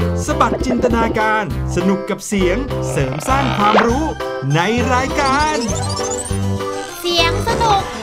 สบัดจินตนาการสนุกกับเสียงเสริมสร้างความรู้ในรายการเสียงสนุก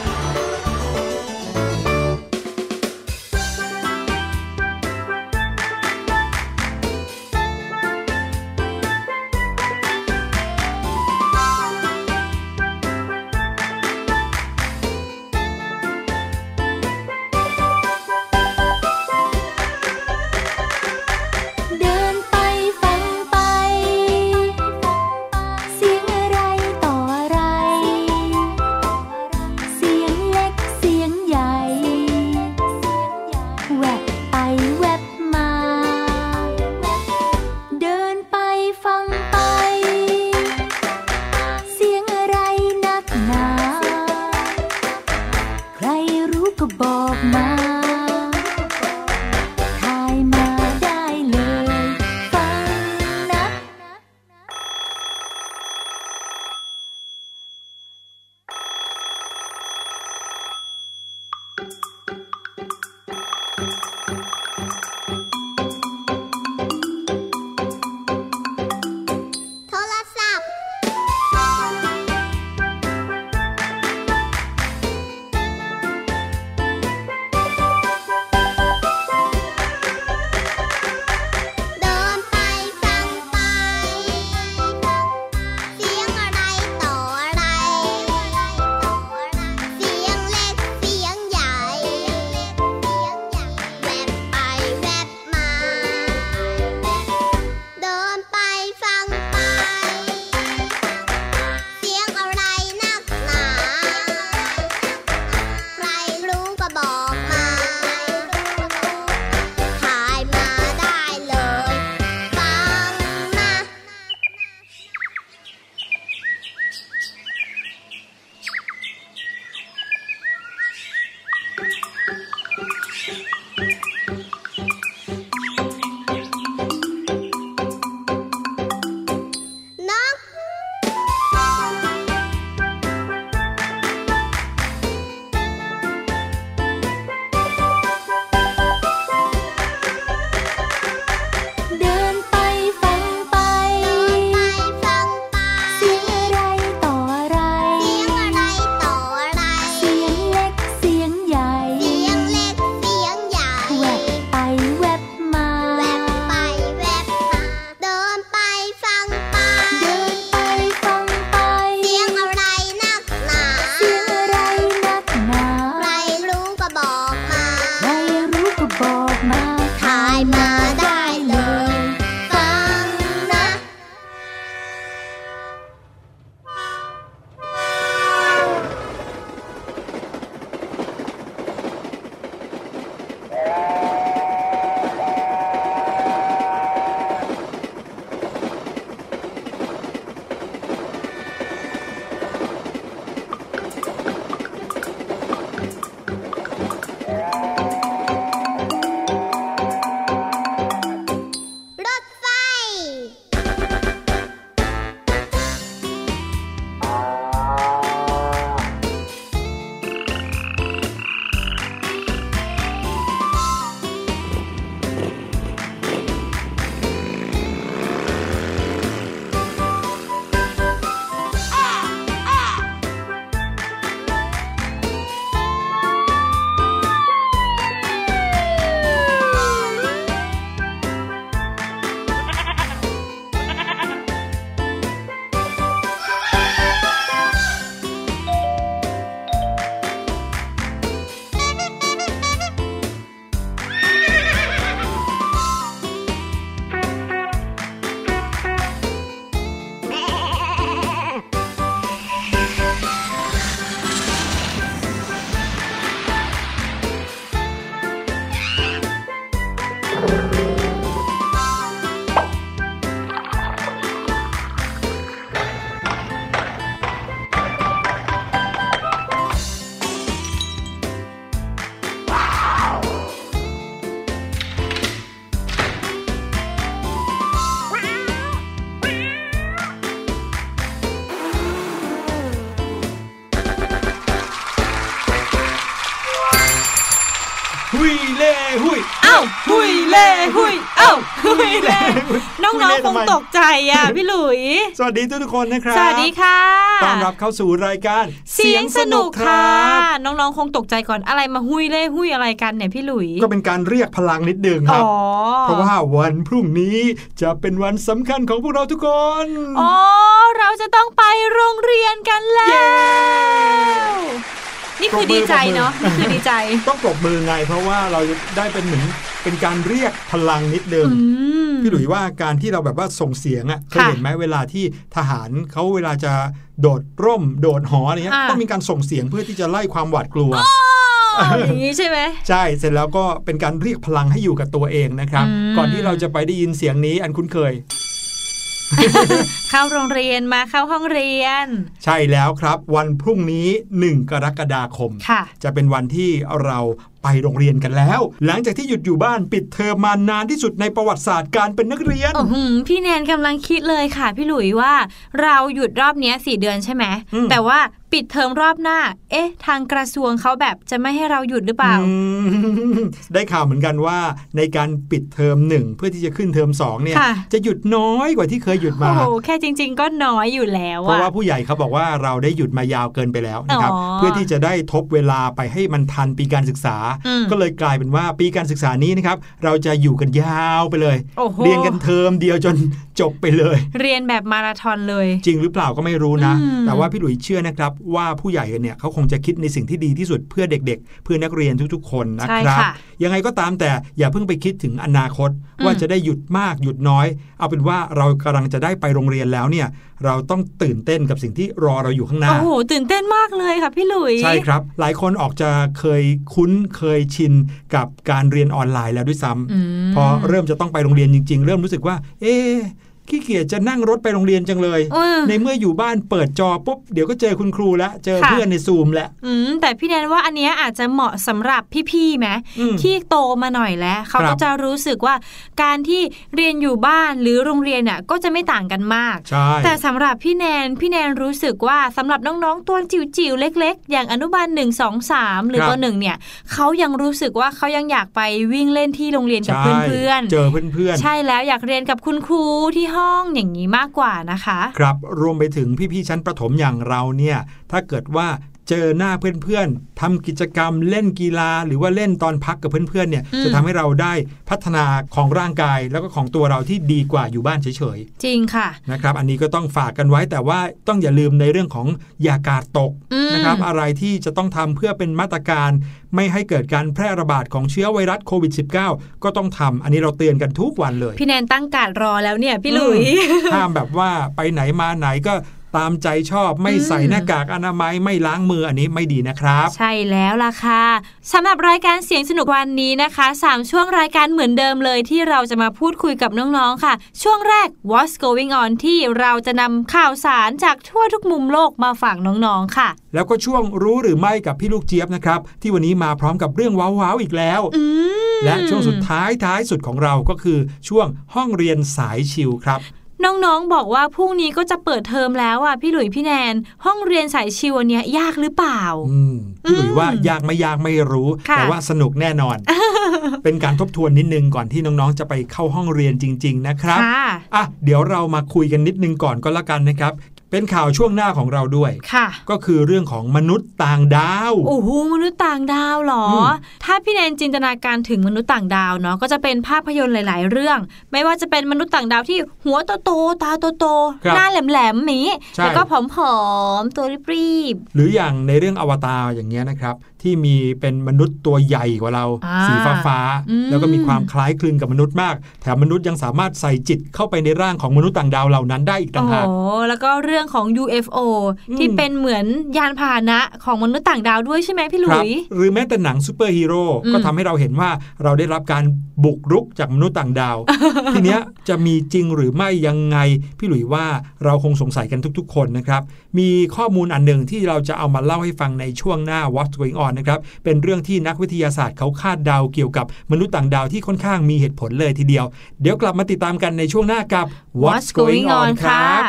เล่หุยหุยเล่น้องๆคงตกใจอ่ะพี่หลุยสวัสดีทุกคนนะครับสวัสดีค่ะต้อนรับเข้าสู่รายการเสียงสนุกค่ะน้องๆคงตกใจก่อนอะไรมาหุยเล่หุยอะไรกันเนี่ยพี่หลุยก็เป็นการเรียกพลังนิดนึงครับเพราะว่าวันพรุ่งนี้จะเป็นวันสำคัญของพวกเราทุกคนเราจะต้องไปโรงเรียนกันแล้วนี่คือดีใจเนาะนี่คือดีใจต้องปรบมือไงเพราะว่าเราได้เป็นเหมือนเป็นการเรียกพลังนิดนึงพี่หลุยว่าการที่เราแบบว่าส่งเสียงอ่ะเคยเห็นไหมเวลาที่ทหารเขาเวลาจะโดดร่มโดดหออะไรเงี้ยต้องมีการส่งเสียงเพื่อที่จะไล่ความหวาดกลัวอย่างนี้ใช่ไหมใช่เสร็จแล้วก็เป็นการเรียกพลังให้อยู่กับตัวเองนะครับก่อนที่เราจะไปได้ยินเสียงนี้อันคุ้นเคยเข้าโรงเรียนมาเข้าห้องเรียนใช่แล้วครับวันพรุ่งนี้1 กรกฎาคมจะเป็นวันที่เราไปโรงเรียนกันแล้วหลังจากที่หยุดอยู่บ้านปิดเทอมมานานที่สุดในประวัติศาสตร์การเป็นนักเรียนพี่แนนกำลังคิดเลยค่ะพี่หลุยว่าเราหยุดรอบนี้4 เดือนใช่ไหมแต่ว่าปิดเทอมรอบหน้าทางกระทรวงเขาแบบจะไม่ให้เราหยุดหรือเปล่าได้ข่าวเหมือนกันว่าในการปิดเทอม1เพื่อที่จะขึ้นเทอม2เนี่ยจะหยุดน้อยกว่าที่เคยหยุดมาโอ้แค่จริงๆก็น้อยอยู่แล้วเพราะว่าผู้ใหญ่เขาบอกว่าเราได้หยุดมายาวเกินไปแล้วนะครับเพื่อที่จะได้ทบเวลาไปให้มันทันปีการศึกษาก็เลยกลายเป็นว่าปีการศึกษานี้นะครับเราจะอยู่กันยาวไปเลยเรียนกันเทอมเดียวจนจบไปเลยเรียนแบบมาราธอนเลยจริงหรือเปล่าก็ไม่รู้นะแต่ว่าพี่หลุยเชื่อนะครับว่าผู้ใหญ่เนี่ยเขาคงจะคิดในสิ่งที่ดีที่สุดเพื่อเด็กๆเพื่อนักเรียนทุกๆคนนะครับยังไงก็ตามแต่อย่าเพิ่งไปคิดถึงอนาคตว่าจะได้หยุดมากหยุดน้อยเอาเป็นว่าเรากำลังจะได้ไปโรงเรียนแล้วเนี่ยเราต้องตื่นเต้นกับสิ่งที่รอเราอยู่ข้างหน้าโอ้โหตื่นเต้นมากเลยค่ะพี่หลุยใช่ครับหลายคนออกจะเคยคุ้นเคยชินกับการเรียนออนไลน์แล้วด้วยซ้ำพอเริ่มจะต้องไปโรงเรียนจริงๆเริ่มรู้สึกว่าขี้เกียจจะนั่งรถไปโรงเรียนจังเลยในเมื่ออยู่บ้านเปิดจอปุ๊บเดี๋ยวก็เจอคุณครูแล้วเจอเพื่อนในซูมแล้วแต่พี่แนนว่าอันนี้อาจจะเหมาะสำหรับพี่ๆไหมที่โตมาหน่อยแล้วเขาก็จะรู้สึกว่าการที่เรียนอยู่บ้านหรือโรงเรียนน่ะก็จะไม่ต่างกันมากแต่สำหรับพี่แนนรู้สึกว่าสำหรับน้องๆตัวจิ๋วๆเล็กๆอย่างอนุบาล1 2 3หรือป.1เนี่ยเขายังรู้สึกว่าเขายังอยากไปวิ่งเล่นที่โรงเรียนกับเพื่อนๆเจอเพื่อนๆใช่แล้วอยากเรียนกับคุณครูที่ห้องอย่างนี้มากกว่านะคะครับรวมไปถึงพี่ๆชั้นประถมอย่างเราเนี่ยถ้าเกิดว่าเจอหน้าเพื่อนๆทำกิจกรรมเล่นกีฬาหรือว่าเล่นตอนพักกับเพื่อนๆเนี่ยจะทำให้เราได้พัฒนาของร่างกายแล้วก็ของตัวเราที่ดีกว่าอยู่บ้านเฉยๆจริงค่ะนะครับอันนี้ก็ต้องฝากกันไว้แต่ว่าต้องอย่าลืมในเรื่องของอย่ากาดตกนะครับอะไรที่จะต้องทำเพื่อเป็นมาตรการไม่ให้เกิดการแพร่ระบาดของเชื้อไวรัสโควิด -19 ก็ต้องทำอันนี้เราเตือนกันทุกวันเลยพี่แนนตั้งการรอแล้วเนี่ยพี่ลุยห้ามแบบว่าไปไหนมาไหนก็ตามใจชอบไม่ใส่หน้ากากอนามัยไม่ล้างมืออันนี้ไม่ดีนะครับใช่แล้วล่ะค่ะสำหรับรายการเสียงสนุกวันนี้นะคะ3ช่วงรายการเหมือนเดิมเลยที่เราจะมาพูดคุยกับน้องๆค่ะช่วงแรก What's Going On ที่เราจะนำข่าวสารจากทั่วทุกมุมโลกมาฝากน้องๆค่ะแล้วก็ช่วงรู้หรือไม่กับพี่ลูกเจี๊ยบนะครับที่วันนี้มาพร้อมกับเรื่องว้าวๆอีกแล้วและช่วงสุดท้ายสุดของเราก็คือช่วงห้องเรียนสายชิลครับน้องๆบอกว่าพรุ่งนี้ก็จะเปิดเทอมแล้วอ่ะพี่หลุยพี่แนนห้องเรียนสายชิวอันเนี้ยยากหรือเปล่าพี่หลุยว่ายากไม่รู้แต่ว่าสนุกแน่นอน เป็นการทบทวนนิดนึงก่อนที่น้องๆจะไปเข้าห้องเรียนจริงๆนะครับเดี๋ยวเรามาคุยกันนิดนึงก่อนก็แล้วกันนะครับเป็นข่าวช่วงหน้าของเราด้วยก็คือเรื่องของมนุษย์ต่างดาวโอ้โหมนุษย์ต่างดาวเหรอถ้าพี่แนนจินตนาการถึงมนุษย์ต่างดาวเนาะก็จะเป็นภาพยนตร์หลายๆเรื่องไม่ว่าจะเป็นมนุษย์ต่างดาวที่หัวโตๆตาโตๆหน้าแหลมๆนี้แล้วก็ผอมๆตัวรีบๆหรืออย่างในเรื่องอวตารอย่างเงี้ยนะครับที่มีเป็นมนุษย์ตัวใหญ่กว่าเราสีฟ้าแล้วก็มีความคล้ายคลึงกับมนุษย์มากแถมมนุษย์ยังสามารถใส่จิตเข้าไปในร่างของมนุษย์ต่างดาวเหล่านั้นได้อีกต่างหากแล้วก็เรื่องของ UFO ที่เป็นเหมือนยานพาหนะของมนุษย์ต่างดาวด้วยใช่ไหมพี่หลุยหรือแม้แต่หนังซูเปอร์ฮีโร่ก็ทำให้เราเห็นว่าเราได้รับการบุกรุกจากมนุษย์ต่างดาว ทีเนี้ยจะมีจริงหรือไม่ยังไงพี่หลุยว่าเราคงสงสัยกันทุกๆคนนะครับมีข้อมูลอันหนึ่งที่เราจะเอามาเล่าให้ฟังในช่วงหน้า What's Going On นะครับเป็นเรื่องที่นักวิทยาศาสตร์เขาคาดเดาเกี่ยวกับมนุษย์ต่างดาวที่ค่อนข้างมีเหตุผลเลยทีเดียวเดี๋ยวกลับมาติดตามกันในช่วงหน้ากับ What's Going On ครับ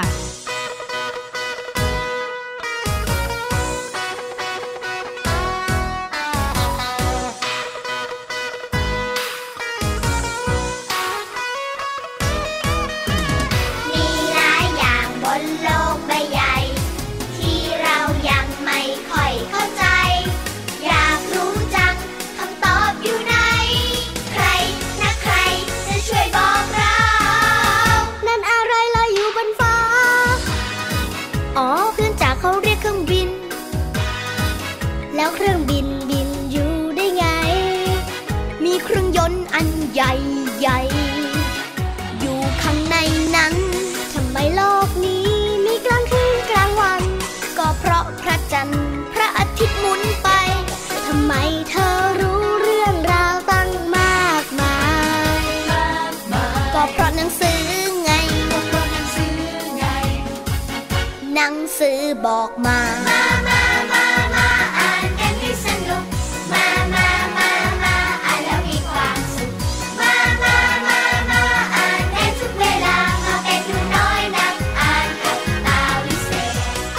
ใหญ่อยู่ข้างในนั้นทำไมโลกนี้มีกลางคืนกลางวันก็เพราะพระจันทร์พระอาทิตย์หมุนไปทำไมเธอรู้เรื่องราวตั้งมากมายก็เพราะหนังสือไงหนังสือบอกมาอ่านกันให้สนุกมาอ่านแล้วมีความสุขมาอ่านได้ทุกเวลามาเป็นหนูน้อยนักอ่านกับตาวิเศษ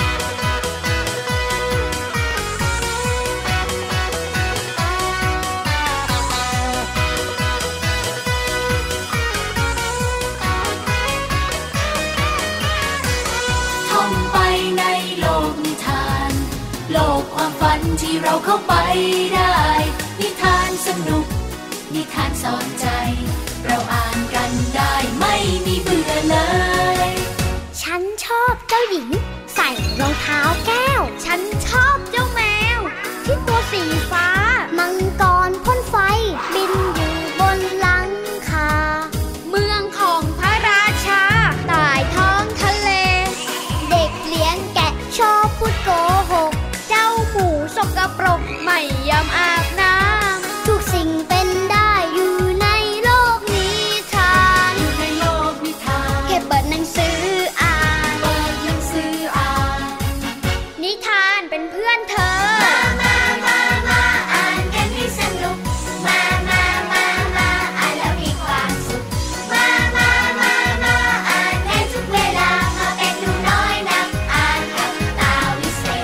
ท่องไปในโลกนิทานโลกความฝันที่เราเข้าไปได้นิทานสนุกนิทานสอนใจเราอ่านกันได้ไม่มีเบื่อเลยฉันชอบเจ้าหญิงใส่รองเท้าแก้วฉันชอบเจ้าแมวที่ตัวสีฟ้ามังกรพ่นไฟบินอยู่บนหลังคาเมืองของพระราชาใต้ท้องทะเลเด็กเลี้ยงแกะชอบพูดโกหกเจ้าหมูสกปรกไม่ยอมอาบน้ำทุกสิ่งเป็นได้อยู่ในโลกนิทานแค่เปิดหนังสืออ่านนิทานเป็นเพื่อนเธอมาอ่านกันให้สนุกมาอ่านแล้วมีความสุขมาอ่านได้ทุกเวลามาเป็นหนูน้อยนักอ่านกับตาวิเศษ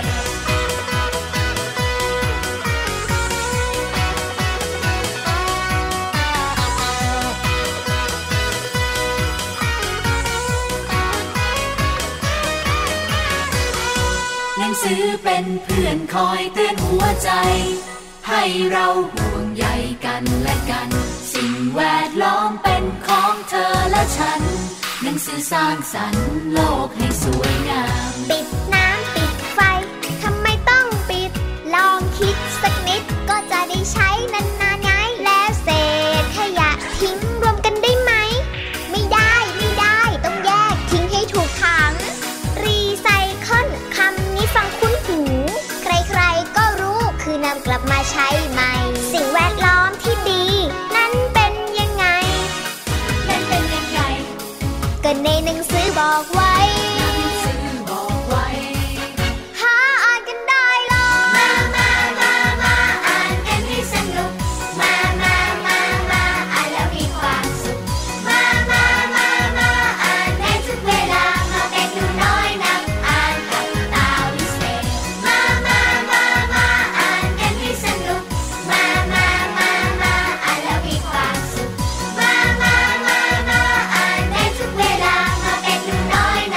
หนังสือเป็นเพื่อนคอยเตือนหัวใจให้เราห่วงใยกันและกันสิ่งแวดล้อมเป็นของเธอและฉันหนังสือสร้างสรรค์โลกให้สวยงามปิดน้ำปิดไฟทำไมต้องปิดลองคิดสักนิดก็จะได้ใช้นานๆไงแล้วเศษขยะทิ้งรวมกันได้ไหมไม่ได้ต้องแยกทิ้งให้ถูกถังรีไซเคิลคำนี้ฟังคุ้นหูใครๆก็รู้คือนำกลับมาใช้ใหม่สิ่งแวดล้อมที่ดีนั้นเป็นยังไงก็ในหนังสือบอกไว้หาอ่านกันได้เลยมาอ่านกันให้สนุกมาอ่านแล้วมีความสุขมาอ่านได้ทุกเวลามาเป็นหนูน้อยนักอ่านกับตาวิเศษมาอ่านกันให้สนุกมาอ่านแล้วมีความสุขมาอ่านได้ทุกเวลามาเป็นหนูน้อยนัก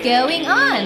going on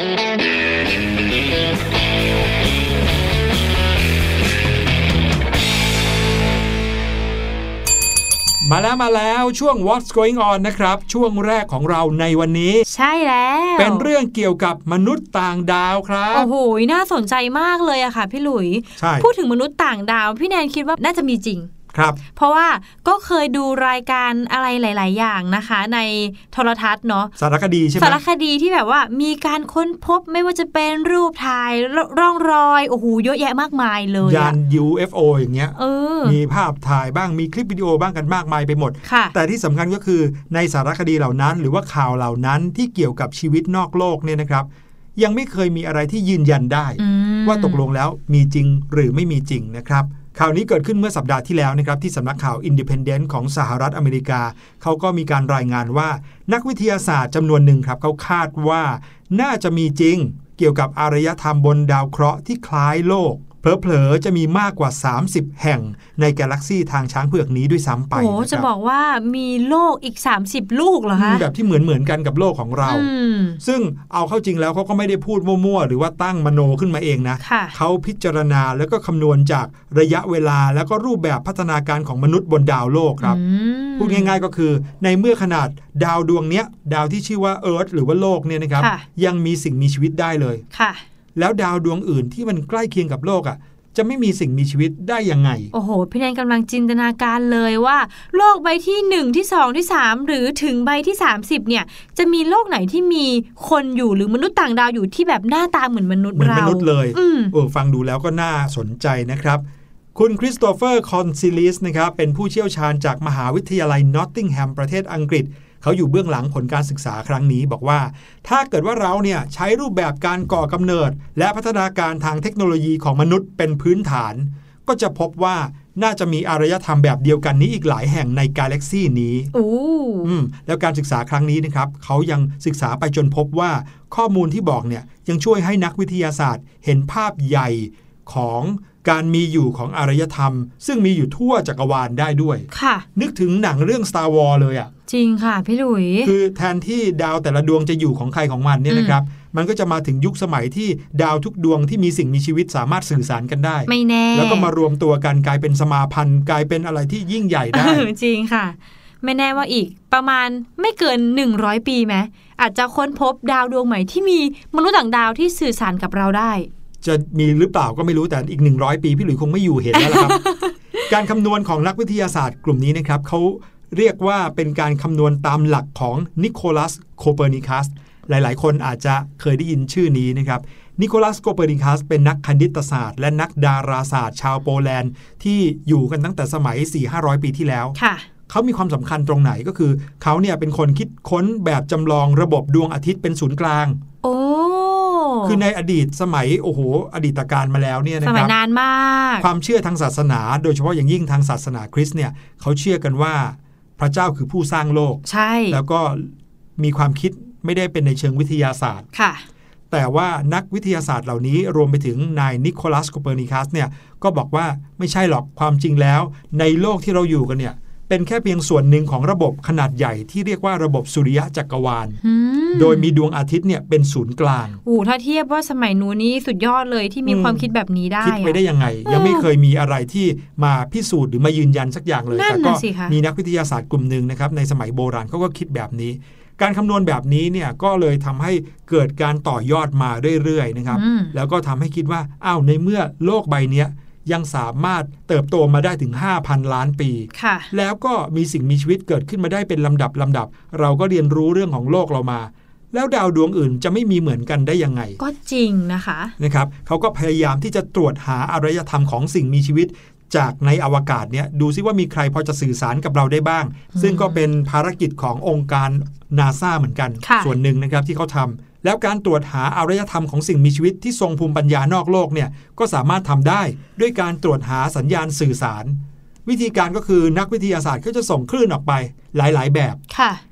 มาแล้วช่วง What's Going On นะครับช่วงแรกของเราในวันนี้ใช่แล้วเป็นเรื่องเกี่ยวกับมนุษย์ต่างดาวครับโอ้โหน่าสนใจมากเลยอะค่ะพี่หลุยพูดถึงมนุษย์ต่างดาวพี่แนนคิดว่าน่าจะมีจริงเพราะว่าก็เคยดูรายการอะไรหลายๆอย่างนะคะในโทรทัศน์เนาะสารคดีใช่ไหมสารคดีที่แบบว่ามีการค้นพบไม่ว่าจะเป็นรูปถ่ายร่องรอยโอ้โหเยอะแยะมากมายเลยยาน UFO อย่างเงี้ยมีภาพถ่ายบ้างมีคลิปวิดีโอบ้างกันมากมายไปหมดแต่ที่สำคัญก็คือในสารคดีเหล่านั้นหรือว่าข่าวเหล่านั้นที่เกี่ยวกับชีวิตนอกโลกเนี่ยนะครับยังไม่เคยมีอะไรที่ยืนยันได้ว่าตกลงแล้วมีจริงหรือไม่มีจริงนะครับข่าวนี้เกิดขึ้นเมื่อสัปดาห์ที่แล้วนะครับที่สำนักข่าว Independent ของสหรัฐอเมริกาเขาก็มีการรายงานว่านักวิทยาศาสตร์จำนวนหนึ่งครับเขาคาดว่าน่าจะมีจริงเกี่ยวกับอารยธรรมบนดาวเคราะห์ที่คล้ายโลกเผลอๆจะมีมากกว่า30แห่งในกาแล็กซี่ทางช้างเผือกนี้ด้วยซ้ำไปโอ้จะบอกว่ามีโลกอีก30ลูกเหรอคะแบบที่เหมือนกันกับโลกของเราซึ่งเอาเข้าจริงแล้วเขาก็ไม่ได้พูดมั่วๆหรือว่าตั้งมโนขึ้นมาเองนะเขาพิจารณาแล้วก็คำนวณจากระยะเวลาแล้วก็รูปแบบพัฒนาการของมนุษย์บนดาวโลกครับพูดง่ายๆก็คือในเมื่อขนาดดาวดวงเนี้ยดาวที่ชื่อว่าเอิร์ธหรือว่าโลกเนี่ยนะครับยังมีสิ่งมีชีวิตได้เลยแล้วดาวดวงอื่นที่มันใกล้เคียงกับโลกจะไม่มีสิ่งมีชีวิตได้ยังไงโอ้โหพี่แนนกำลังจินตนาการเลยว่าโลกใบที่1ที่2ที่3หรือถึงใบที่30เนี่ยจะมีโลกไหนที่มีคนอยู่หรือมนุษย์ต่างดาวอยู่ที่แบบหน้าตาเหมือนมนุษย์เราเหมือนมนุษย์เลยฟังดูแล้วก็น่าสนใจนะครับคุณคริสโตเฟอร์คอนซิลิสนะครับเป็นผู้เชี่ยวชาญจากมหาวิทยาลัยนอตติงแฮมประเทศอังกฤษเขาอยู่เบื้องหลังผลการศึกษาครั้งนี้บอกว่าถ้าเกิดว่าเราเนี่ยใช้รูปแบบการก่อกำเนิดและพัฒนาการทางเทคโนโลยีของมนุษย์เป็นพื้นฐานก็จะพบว่าน่าจะมีอารยธรรมแบบเดียวกันนี้อีกหลายแห่งในกาแล็กซี่นี้แล้วการศึกษาครั้งนี้นะครับเขายังศึกษาไปจนพบว่าข้อมูลที่บอกเนี่ยยังช่วยให้นักวิทยาศาสตร์เห็นภาพใหญ่ของการมีอยู่ของอารยธรรมซึ่งมีอยู่ทั่วจักรวาลได้ด้วยนึกถึงหนังเรื่อง Star Wars เลยจริงค่ะพี่หลุยคือแทนที่ดาวแต่ละดวงจะอยู่ของใครของมันเนี่ยนะครับมันก็จะมาถึงยุคสมัยที่ดาวทุกดวงที่มีสิ่งมีชีวิตสามารถสื่อสารกันได้ไม่แน่แล้วก็มารวมตัวกันกลายเป็นสมาพันธ์กลายเป็นอะไรที่ยิ่งใหญ่ได้จริงค่ะไม่แน่ว่าอีกประมาณไม่เกิน100ปีไหมอาจจะค้นพบดาวดวงใหม่ที่มีมนุษย์ต่างดาวที่สื่อสารกับเราได้จะมีหรือเปล่าก็ไม่รู้แต่อีก100ปีพี่หลุยคงไม่อยู่เห็นแล้วครับ การคำนวณของนักวิทยาศาสตร์กลุ่มนี้นะครับเขาเรียกว่าเป็นการคำนวณตามหลักของนิโคลัสโคเปอร์นิคัสหลายๆคนอาจจะเคยได้ยินชื่อนี้นะครับนิโคลัสโคเปอร์นิคัสเป็นนักคณิตศาสตร์และนักดาราศาสตร์ชาวโปแลนด์ที่อยู่กันตั้งแต่สมัย 400-500 ปีที่แล้วเขามีความสำคัญตรงไหนก็คือเขาเนี่ยเป็นคนคิดค้นแบบจำลองระบบดวงอาทิตย์เป็นศูนย์กลางคือในอดีตสมัยอดีตการมาแล้วเนี่ยนะครับสมัยนานมากความเชื่อทางศาสนาโดยเฉพาะอย่างยิ่งทางศาสนาคริสต์เนี่ยเขาเชื่อกันว่าพระเจ้าคือผู้สร้างโลกใช่แล้วก็มีความคิดไม่ได้เป็นในเชิงวิทยาศาสตร์ค่ะแต่ว่านักวิทยาศาสตร์เหล่านี้รวมไปถึงนายนิโคลัสโคเปอร์นิคัสเนี่ยก็บอกว่าไม่ใช่หรอกความจริงแล้วในโลกที่เราอยู่กันเนี่ยเป็นแค่เพียงส่วนหนึ่งของระบบขนาดใหญ่ที่เรียกว่าระบบสุริยะจักรวาลโดยมีดวงอาทิตย์เนี่ยเป็นศูนย์กลางถ้าเทียบว่าสมัยนู้นนี้สุดยอดเลยที่มีความคิดแบบนี้ได้คิดไปได้ยังไงยังไม่เคยมีอะไรที่มาพิสูจน์หรือมายืนยันสักอย่างเลยแต่ก็มีนักวิทยาศาสตร์กลุ่มนึงนะครับในสมัยโบราณเขาก็คิดแบบนี้การคำนวณแบบนี้เนี่ยก็เลยทำให้เกิดการต่อยอดมาเรื่อยๆนะครับแล้วก็ทำให้คิดว่าในเมื่อโลกใบนี้ยังสามารถเติบโตมาได้ถึง 5,000 ล้านปีแล้วก็มีสิ่งมีชีวิตเกิดขึ้นมาได้เป็นลำดับเราก็เรียนรู้เรื่องของโลกเรามาแล้วดาวดวงอื่นจะไม่มีเหมือนกันได้ยังไงก็จริงนะคะนะครับเขาก็พยายามที่จะตรวจหาอารยธรรมของสิ่งมีชีวิตจากในอวกาศเนี่ยดูซิว่ามีใครพอจะสื่อสารกับเราได้บ้างซึ่งก็เป็นภารกิจขององค์การ NASA เหมือนกันส่วนหนึ่งนะครับที่เขาทำแล้วการตรวจหาอารยธรรมของสิ่งมีชีวิตที่ทรงภูมิปัญญานอกโลกเนี่ยก็สามารถทำได้ด้วยการตรวจหาสัญญาณสื่อสารวิธีการก็คือนักวิทยาศาสตร์เขาจะส่งคลื่นออกไปหลายๆแบบ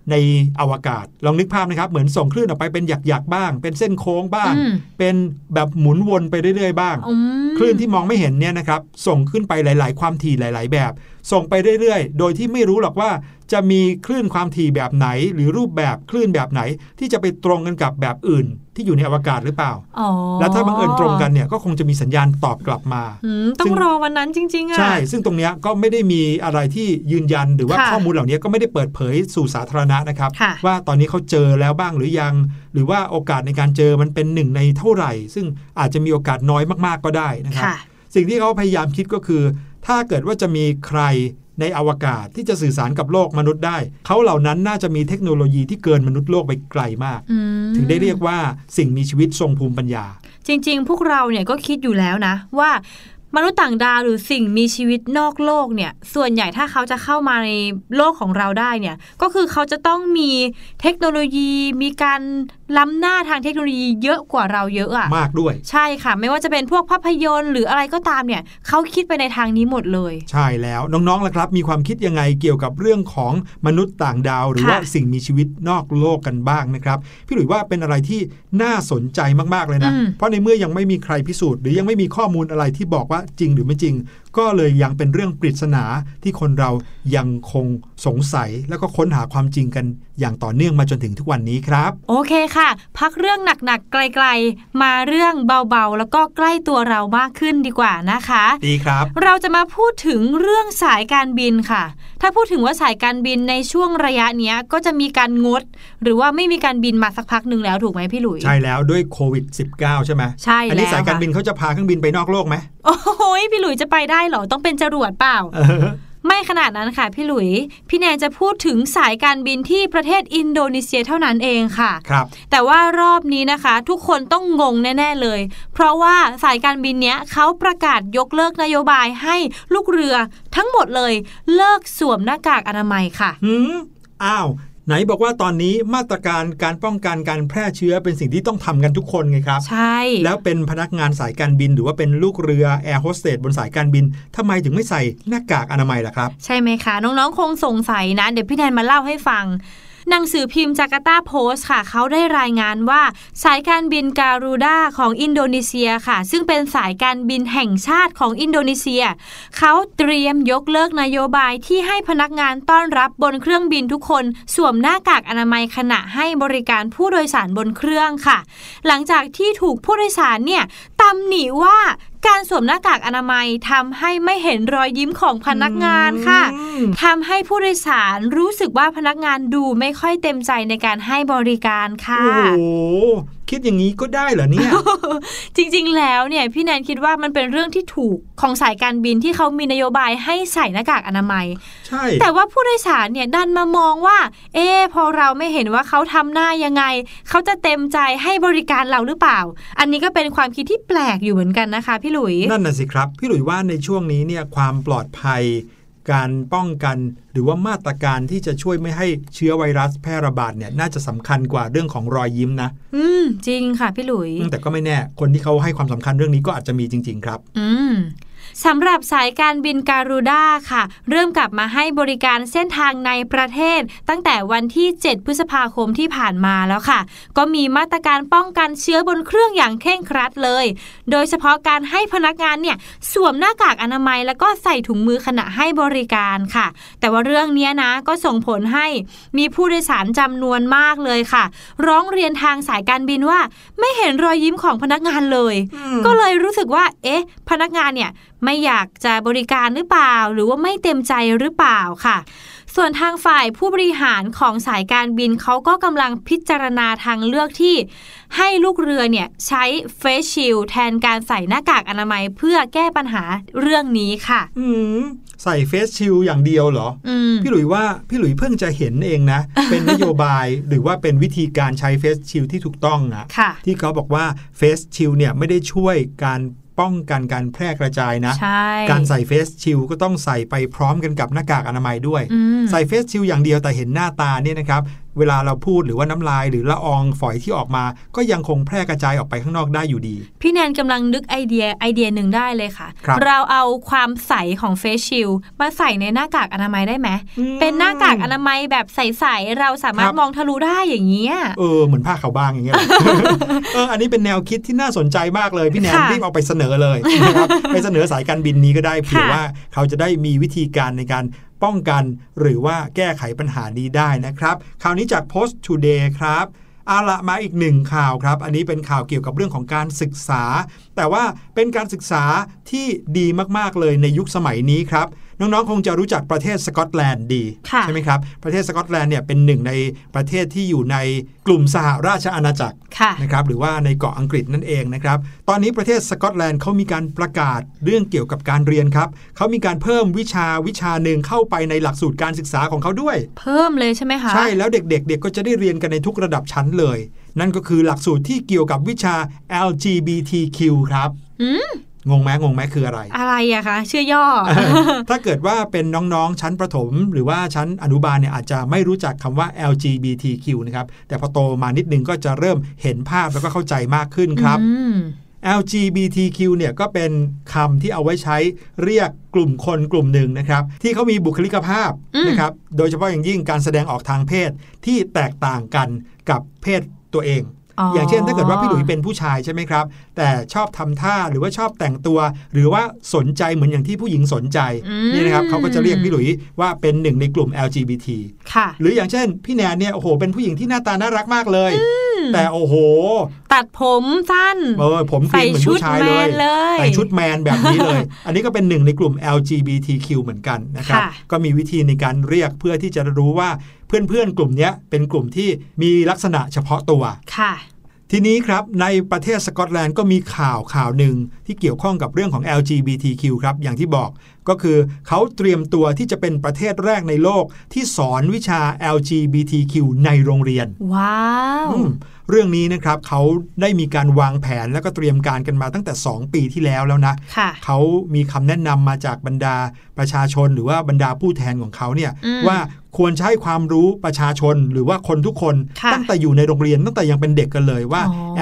ในอวกาศลองนึกภาพนะครับเหมือนส่งคลื่นออกไปเป็นหยักๆบ้างเป็นเส้นโค้งบ้างเป็นแบบหมุนวนไปเรื่อยๆบ้างคลื่นที่มองไม่เห็นเนี่ยนะครับส่งขึ้นไปหลายๆความถี่หลายๆแบบส่งไปเรื่อยๆโดยที่ไม่รู้หรอกว่าจะมีคลื่นความถี่แบบไหนหรือรูปแบบคลื่นแบบไหนที่จะไปตรงกันกับแบบอื่นที่อยู่ในอวกาศหรือเปล่าแล้วถ้าบังเอิญตรงกันเนี่ยก็คงจะมีสัญญาณตอบกลับมาต้องรอวันนั้นจริงๆใช่ซึ่งตรงนี้ก็ไม่ได้มีอะไรที่ยืนยันหรือว่าข้อมูลเหล่านี้ก็ไม่ได้เปิดเผยสู่สาธารณะนะครับว่าตอนนี้เขาเจอแล้วบ้างหรือยังหรือว่าโอกาสในการเจอมันเป็น1ในเท่าไหร่ซึ่งอาจจะมีโอกาสน้อยมากๆก็ได้นะครับสิ่งที่เขาพยายามคิดก็คือถ้าเกิดว่าจะมีใครในอวกาศที่จะสื่อสารกับโลกมนุษย์ได้เขาเหล่านั้นน่าจะมีเทคโนโลยีที่เกินมนุษย์โลกไปไกลมากถึงได้เรียกว่าสิ่งมีชีวิตทรงภูมิปัญญาจริงๆพวกเราเนี่ยก็คิดอยู่แล้วนะว่ามนุษย์ต่างดาวหรือสิ่งมีชีวิตนอกโลกเนี่ยส่วนใหญ่ถ้าเขาจะเข้ามาในโลกของเราได้เนี่ยก็คือเขาจะต้องมีเทคโนโลยีมีการล้ำหน้าทางเทคโนโลยีเยอะกว่าเราเยอะอะมากด้วยใช่ค่ะไม่ว่าจะเป็นพวกภาพยนตร์หรืออะไรก็ตามเนี่ยเขาคิดไปในทางนี้หมดเลยใช่แล้วน้องๆล่ะครับมีความคิดยังไงเกี่ยวกับเรื่องของมนุษย์ต่างดาวหรือว่าสิ่งมีชีวิตนอกโลกกันบ้างนะครับพี่หลุยว่าเป็นอะไรที่น่าสนใจมากๆเลยนะเพราะในเมื่อยังไม่มีใครพิสูจน์หรือยังไม่มีข้อมูลอะไรที่บอกว่าจริงหรือไม่จริงก็เลยยังเป็นเรื่องปริศนาที่คนเรายังคงสงสัยแล้วก็ค้นหาความจริงกันอย่างต่อเนื่องมาจนถึงทุกวันนี้ครับโอเคค่ะพักเรื่องหนักๆไกลๆมาเรื่องเบาๆแล้วก็ใกล้ตัวเรามากขึ้นดีกว่านะคะดีครับเราจะมาพูดถึงเรื่องสายการบินค่ะถ้าพูดถึงว่าสายการบินในช่วงระยะเนี้ยก็จะมีการงดหรือว่าไม่มีการบินมาสักพักนึงแล้วถูกไหมพี่หลุยใช่แล้วด้วยโควิด -19 ใช่ไหมใช่แล้วอันนี้สายการบินเขาจะพาเครื่องบินไปนอกโลกไหมโอ้โหพี่หลุยจะไปได้เหรอต้องเป็นจรวดเปล่าไม่ขนาดนั้นค่ะพี่หลุยพี่แนนจะพูดถึงสายการบินที่ประเทศอินโดนีเซียเท่านั้นเองค่ะครับแต่ว่ารอบนี้นะคะทุกคนต้องงงแน่ๆเลยเพราะว่าสายการบินเนี้ยเขาประกาศยกเลิกนโยบายให้ลูกเรือทั้งหมดเลยเลิกสวมหน้ากากอนามัยค่ะอ้าวไหนบอกว่าตอนนี้มาตรการการป้องกันการแพร่เชื้อเป็นสิ่งที่ต้องทำกันทุกคนไงครับใช่แล้วเป็นพนักงานสายการบินหรือว่าเป็นลูกเรือแอร์โฮสเตสบนสายการบินทำไมถึงไม่ใส่หน้ากากอนามัยล่ะครับใช่ไหมคะน้องๆคงสงสัยนะเดี๋ยวพี่แนนมาเล่าให้ฟังหนังสือพิมพ์จาการ์ตาโพสต์ค่ะเขาได้รายงานว่าสายการบินการูด้าของอินโดนีเซียค่ะซึ่งเป็นสายการบินแห่งชาติของอินโดนีเซียเขาเตรียมยกเลิกนโยบายที่ให้พนักงานต้อนรับบนเครื่องบินทุกคนสวมหน้ากากอนามัยขณะให้บริการผู้โดยสารบนเครื่องค่ะหลังจากที่ถูกผู้โดยสารเนี่ยตำหนิว่าการสวมหน้ากากอนามัยทำให้ไม่เห็นรอยยิ้มของพนักงานค่ะทำให้ผู้โดยสารรู้สึกว่าพนักงานดูไม่ค่อยเต็มใจในการให้บริการค่ะโอ้โหคิดอย่างนี้ก็ได้เหรอเนี่ยจริงๆแล้วเนี่ยพี่แนนคิดว่ามันเป็นเรื่องที่ถูกของสายการบินที่เขามีนโยบายให้ใส่หน้ากากอนามัยใช่แต่ว่าผู้โดยสารเนี่ยดันมามองว่าพอเราไม่เห็นว่าเขาทำหน้ายังไงเขาจะเต็มใจให้บริการเราหรือเปล่าอันนี้ก็เป็นความคิดที่แปลกอยู่เหมือนกันนะคะพี่หลุยนั่นน่ะสิครับพี่หลุยว่าในช่วงนี้เนี่ยความปลอดภัยการป้องกันหรือว่ามาตรการที่จะช่วยไม่ให้เชื้อไวรัสแพร่ระบาดเนี่ยน่าจะสำคัญกว่าเรื่องของรอยยิ้มนะจริงค่ะพี่หลุยแต่ก็ไม่แน่คนที่เขาให้ความสำคัญเรื่องนี้ก็อาจจะมีจริงๆครับสำหรับสายการบินการูด้าค่ะเริ่มกลับมาให้บริการเส้นทางในประเทศตั้งแต่วันที่7พฤษภาคมที่ผ่านมาแล้วค่ะก็มีมาตรการป้องกันเชื้อบนเครื่องอย่างเคร่งครัดเลยโดยเฉพาะการให้พนักงานเนี่ยสวมหน้ากากอนามัยแล้วก็ใส่ถุงมือขณะให้บริการค่ะแต่ว่าเรื่องนี้นะก็ส่งผลให้มีผู้โดยสารจำนวนมากเลยค่ะร้องเรียนทางสายการบินว่าไม่เห็นรอยยิ้มของพนักงานเลยก็เลยรู้สึกว่าพนักงานเนี่ยไม่อยากจะบริการหรือเปล่าหรือว่าไม่เต็มใจหรือเปล่าค่ะส่วนทางฝ่ายผู้บริหารของสายการบินเขาก็กำลังพิจารณาทางเลือกที่ให้ลูกเรือเนี่ยใช้เฟสชิลด์แทนการใส่หน้ากากอนามัยเพื่อแก้ปัญหาเรื่องนี้ค่ะใส่เฟสชิลด์อย่างเดียวเหรอพี่หลุยว่าพี่หลุยเพิ่งจะเห็นเองนะ เป็นนโยบายหรือว่าเป็นวิธีการใช้เฟสชิลด์ที่ถูกต้องนะที่เขาบอกว่าเฟสชิลด์เนี่ยไม่ได้ช่วยการป้องกันการแพร่กระจายนะการใส่เฟสชิลด์ก็ต้องใส่ไปพร้อมกันกับหน้ากากอนามัยด้วยใส่เฟสชิลด์อย่างเดียวแต่เห็นหน้าตาเนี่ยนะครับเวลาเราพูดหรือว่าน้ำลายหรือละอองฝอยที่ออกมาก็ยังคงแพร่กระจายออกไปข้างนอกได้อยู่ดีพี่แนนกำลังนึกไอเดียหนึ่งได้เลยค่ะเราเอาความใสของเฟซชิลด์มาใส่ในหน้ากากอนามัยได้ไหมเป็นหน้ากากอนามัยแบบใสๆเราสามารถมองทะลุได้อย่างเงี้ยเหมือนผ้าขาวบางอย่างเงี้ย อันนี้เป็นแนวคิดที่น่าสนใจมากเลยพี่แนนรีบเอาไปเสนอเลยนะครับไปเสนอสายการบินนี้ก็ได้เผื่อว่าเขาจะได้มีวิธีการในการป้องกันหรือว่าแก้ไขปัญหานี้ได้นะครับคราวนี้จาก Post Today ครับเอาละมาอีกหนึ่งข่าวครับอันนี้เป็นข่าวเกี่ยวกับเรื่องของการศึกษาแต่ว่าเป็นการศึกษาที่ดีมากๆเลยในยุคสมัยนี้ครับน้องๆคงจะรู้จักประเทศสกอตแลนด์ดีใช่ไหมครับประเทศสกอตแลนด์เนี่ยเป็นหนึ่งในประเทศที่อยู่ในกลุ่มสหราชอาณาจักรนะครับหรือว่าในเกาะอังกฤษนั่นเองนะครับตอนนี้ประเทศสกอตแลนด์เขามีการประกาศเรื่องเกี่ยวกับการเรียนครับเขามีการเพิ่มวิชาหนึ่งเข้าไปในหลักสูตรการศึกษาของเขาด้วยเพิ่มเลยใช่ไหมคะใช่แล้วเด็กๆก็จะได้เรียนกันในทุกระดับชั้นเลยนั่นก็คือหลักสูตรที่เกี่ยวกับวิชา LGBTQ ครับงงไหมคืออะไรอะคะชื่อย่อถ้าเกิดว่าเป็นน้องๆชั้นประถมหรือว่าชั้นอนุบาลเนี่ยอาจจะไม่รู้จักคำว่า LGBTQ นะครับแต่พอโตมานิดนึงก็จะเริ่มเห็นภาพแล้วก็เข้าใจมากขึ้นครับ LGBTQ เนี่ยก็เป็นคำที่เอาไว้ใช้เรียกกลุ่มคนกลุ่มหนึ่งนะครับที่เขามีบุคลิกภาพนะครับโดยเฉพาะอย่างยิ่งการแสดงออกทางเพศที่แตกต่างกันกับเพศตัวเองอย่างเช่นถ้าเกิดว่าพี่หลุยเป็นผู้ชายใช่ไหมครับแต่ชอบทำท่าหรือว่าชอบแต่งตัวหรือว่าสนใจเหมือนอย่างที่ผู้หญิงสนใจนี่นะครับเขาก็จะเรียกพี่หลุยว่าเป็นหนึ่งในกลุ่ม LGBT หรืออย่างเช่นพี่แนนเนี่ยโอ้โหเป็นผู้หญิงที่หน้าตาน่ารักมากเลยแต่โอ้โหตัดผมสั้นผมกรีนเหมือนผู้ชายเลยใส่ชุดแมนแบบนี้เลย อันนี้ก็เป็นหนึ่งในกลุ่ม LGBTQ เหมือนกันนะครับก็มีวิธีในการเรียกเพื่อที่จะรู้ว่าเพื่อนๆกลุ่มนี้เป็นกลุ่มที่มีลักษณะเฉพาะตัวค่ะทีนี้ครับในประเทศสกอตแลนด์ก็มีข่าวหนึ่งที่เกี่ยวข้องกับเรื่องของ LGBTQ ครับอย่างที่บอกก็คือเขาเตรียมตัวที่จะเป็นประเทศแรกในโลกที่สอนวิชา LGBTQ ในโรงเรียนว้าวเรื่องนี้นะครับเขาได้มีการวางแผนแล้วก็เตรียมการกันมาตั้งแต่2ปีที่แล้วนะเขามีคำแนะนำมาจากบรรดาประชาชนหรือว่าบรรดาผู้แทนของเขาเนี่ยว่าควรใช้ความรู้ประชาชนหรือว่าคนทุกคนตั้งแต่อยู่ในโรงเรียนตั้งแต่ยังเป็นเด็กกันเลยว่า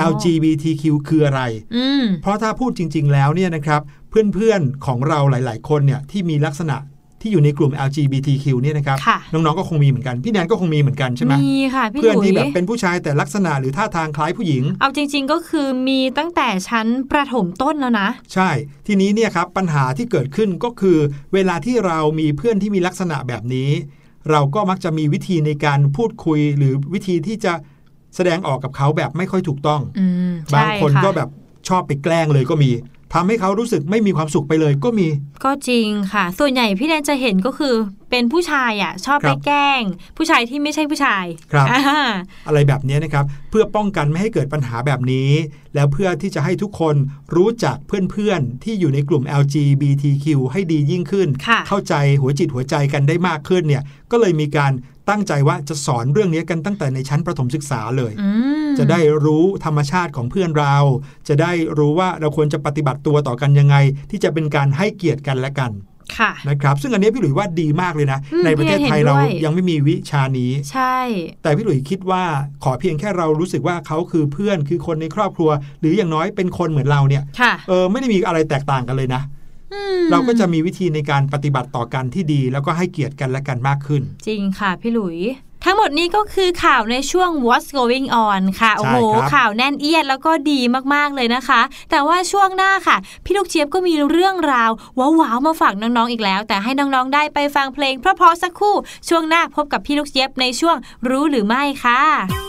LGBTQ คืออะไรเพราะถ้าพูดจริงๆแล้วเนี่ยนะครับเพื่อนๆของเราหลายๆคนเนี่ยที่มีลักษณะที่อยู่ในกลุ่ม LGBTQ เนี่ยนะครับน้องๆก็คงมีเหมือนกันพี่แนนก็คงมีเหมือนกันใช่ไหมมีค่ะพี่เพื่อนที่แบบเป็นผู้ชายแต่ลักษณะหรือท่าทางคล้ายผู้หญิงเอาจริงๆก็คือมีตั้งแต่ชั้นประถมต้นแล้วนะใช่ทีนี้เนี่ยครับปัญหาที่เกิดขึ้นก็คือเวลาที่เรามีเพื่อนที่มีลักษณะแบบนี้เราก็มักจะมีวิธีในการพูดคุยหรือวิธีที่จะแสดงออกกับเขาแบบไม่ค่อยถูกต้องบางคนก็แบบชอบไปแกล้งเลยก็มีทำให้เขารู้สึกไม่มีความสุขไปเลยก็มีก็จริงค่ะส่วนใหญ่พี่แนนจะเห็นก็คือเป็นผู้ชายชอบไปแกล้งผู้ชายที่ไม่ใช่ผู้ชายครับ อะไรแบบนี้นะครับเพื่อป้องกันไม่ให้เกิดปัญหาแบบนี้แล้วเพื่อที่จะให้ทุกคนรู้จักเพื่อนๆที่อยู่ในกลุ่ม LGBTQ ให้ดียิ่งขึ้นเข้าใจหัวจิตหัวใจกันได้มากขึ้นเนี่ยก็เลยมีการตั้งใจว่าจะสอนเรื่องนี้กันตั้งแต่ในชั้นประถมศึกษาเลยจะได้รู้ธรรมชาติของเพื่อนเราจะได้รู้ว่าเราควรจะปฏิบัติตัวต่อกันยังไงที่จะเป็นการให้เกียรติกันและกันนะครับซึ่งอันนี้พี่หลุยว่าดีมากเลยนะในประเทศไทยเรายังไม่มีวิชานี้ใช่แต่พี่หลุยคิดว่าขอเพียงแค่เรารู้สึกว่าเขาคือเพื่อนคือคนในครอบครัวหรืออย่างน้อยเป็นคนเหมือนเราเนี่ยไม่ได้มีอะไรแตกต่างกันเลยนะเราก็จะมีวิธีในการปฏิบัติต่อกันที่ดีแล้วก็ให้เกียรติกันและกันมากขึ้นจริงค่ะพี่หลุยทั้งหมดนี้ก็คือข่าวในช่วง What's Going On ค่ะโอ้โหข่าวแน่นเอียดแล้วก็ดีมากๆเลยนะคะแต่ว่าช่วงหน้าค่ะพี่ลูกเจี๊ยบก็มีเรื่องราวว้าวๆมาฝากน้องๆอีกแล้วแต่ให้น้องๆได้ไปฟังเพลงเพราะๆสักครู่ช่วงหน้าพบกับพี่ลูกเจี๊ยบในช่วงรู้หรือไม่ค่ะ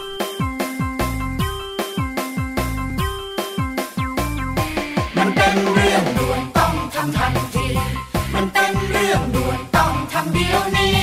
มันเป็นเรื่องด่วนต้องทำทันทีมันเป็นเรื่องด่วนต้องทำเดี๋ยวนี้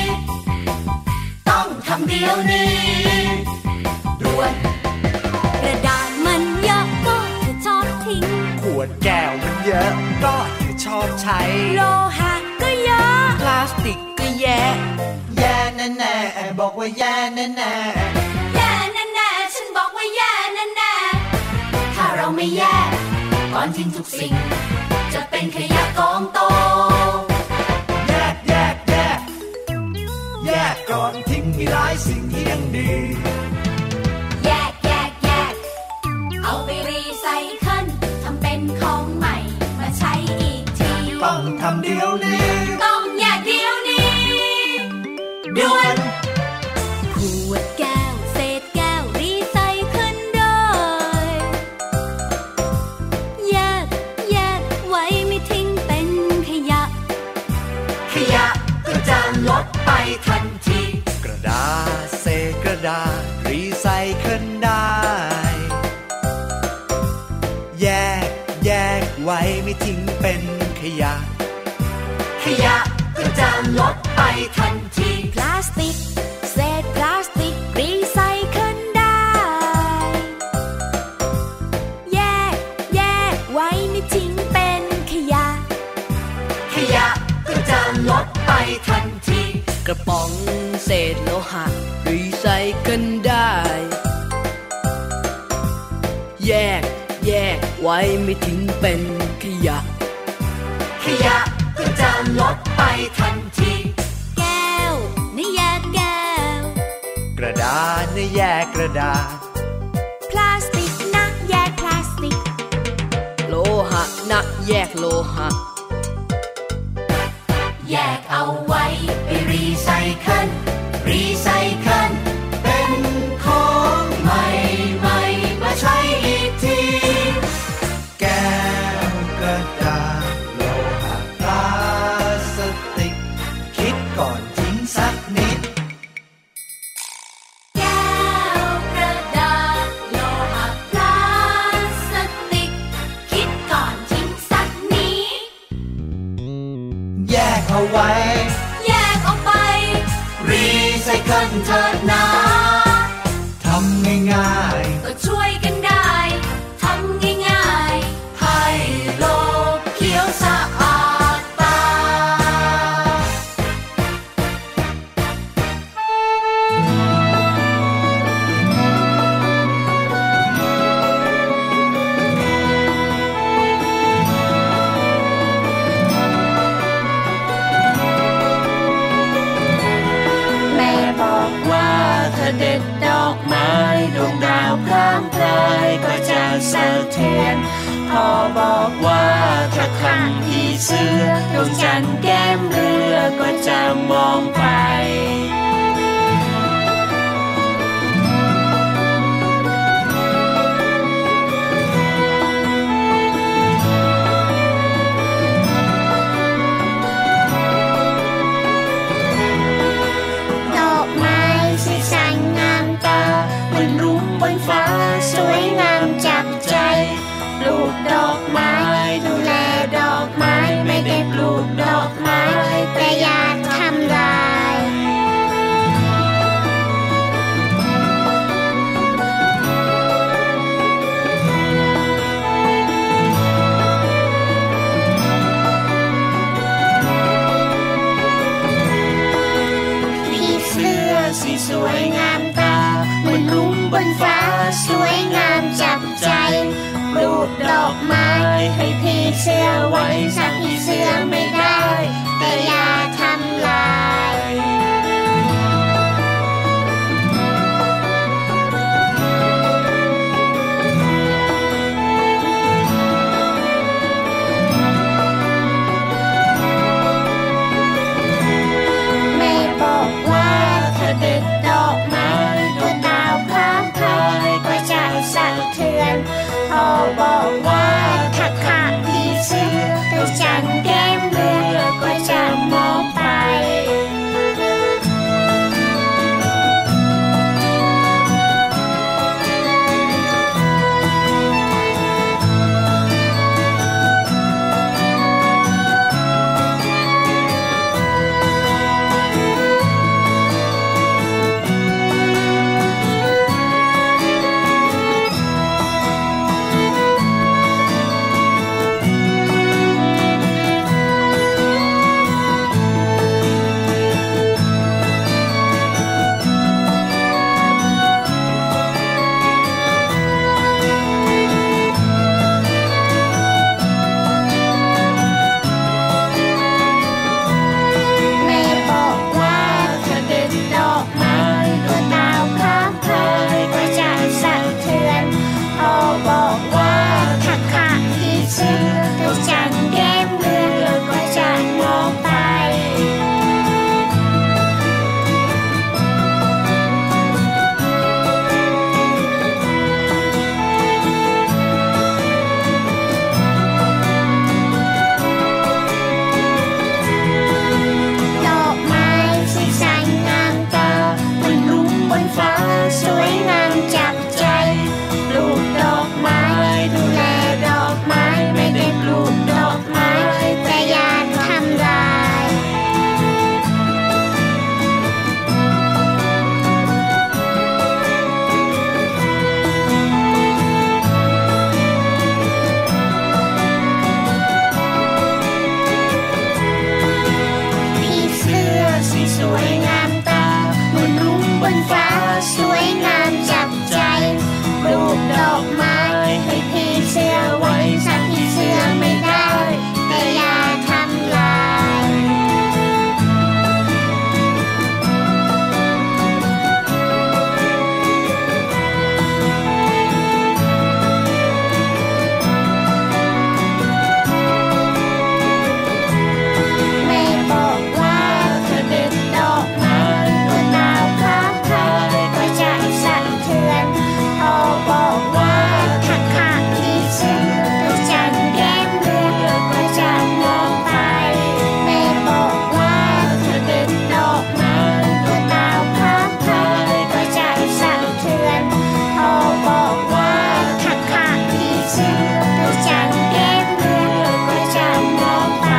ต้องทำเดี๋ยวนี้ด่วนกระดาษมันเยอะก็จะชอบทิ้งขวดแก้วมันเยอะก็จะชอบใช้โลหะก็เยอะพลาสติกก็แย่แย่แน่ๆบอกว่าแย่แน่ๆแย่แน่ๆฉันบอกว่าแย่แน่ๆถ้าเราไม่แย่ก่อนทิ้งทุกสิ่งจะเป็นขยะกองโตแยกก็อนทิ้งมีหลายสิ่งที่ยังดีแยกเอาไปรีไซเคิลทำเป็นของใหม่มาใช้อีกทีต้องทำเดี๋ยวนี้ต้องแยกเดี๋ยวนี้ด่วนขวดแก้วเศษแก้วรีไซเคิลได้แยกไว้ไม่ทิ้งเป็นขยะก็จะลดไปทันทีกระดาษเศษกระดาษรีไซเคิลได้แยกไว้ไม่ทิ้งเป็นขยะก็จะลดไปทันทีพลาสติกเศษพลาสติกรีไซเคิลได้แยกไว้ไม่ทิ้งเป็นขยะก็จะลดไปทันทีกระป๋องเศษโลหะรีไซเคิลได้แยกไว้ไม่ทิ้งเป็นขยะก็จะลดไปทันทีแก้วนี่แยกแก้วกระดาษนี่แยกกระดาษพลาสติกนะแยกพลาสติกโลหะนะแยกโลหะแยกเอาไว้ไปรีไซเคิลเป็นของใหม่มาใช้อีกทีแก้วกระดาษโลหะพลาสติกคิดก่อนทิ้งสักนิดแก้วกระดาษโลหะพลาสติกคิดก่อนทิ้งสักนิดแยกเอาไว้แยกออกไปรีไซเคิลเถิดนะทำง่ายๆก็ช่วยกันได้ทำง่ายๆให้โลกเขียวสะอาดตาเด็ดดอกไม้ดวงดาวพร่างพรายก็จะสะเทือนพ่อบอกว่าถ้าคำผีเสื้อดวงจันทร์แก้มเรือก็จะมองไปสวยงามจับใจปลูกดอกไม้ดูแลดอกไม้ไม่ได้ปลูกดอกไม้แต่อย่าทำลายผีเสื้อสีสวยงามตาเหมือนรุ้งบนฟ้าสวยงามจับใจปลูกดอกไม้ให้ผีเสื้อไว้สักผีเสื้อไม่ได้แต่อย่าทำลายแม่บอกว่าถ้าเด็ดดอกไม้ดวงดาวพร่างพรายก็จะสะเทือนพ่อบอกว่าถ้าขาดผีเสื้อดวงจันทร์แก้มเรือก็จะมองไปนฟ้าสวยงามจับใจปลูกดอกไม้ให้พี่เสื้อไว้ถ้าพี่เสื้อไม่ได้แต่อย่าทำลายไม่บอกว่าเธอเด็ดดอกไม้เมื่อหนาวพัดพาก็จะสั่นเทือนพอบอกว่าถ้าขาดพี่เสื้อตัวจันแก้มเลือดก็จะมองไปไม่บอกว่าเธอเด็ดดอกไม้เมื่อหนาวพัดพาก็จะสั่นเทือนพอบอกว่าถ้าขาดพี่เสื้อตัวจันแก้มเลือดก็จะมองไป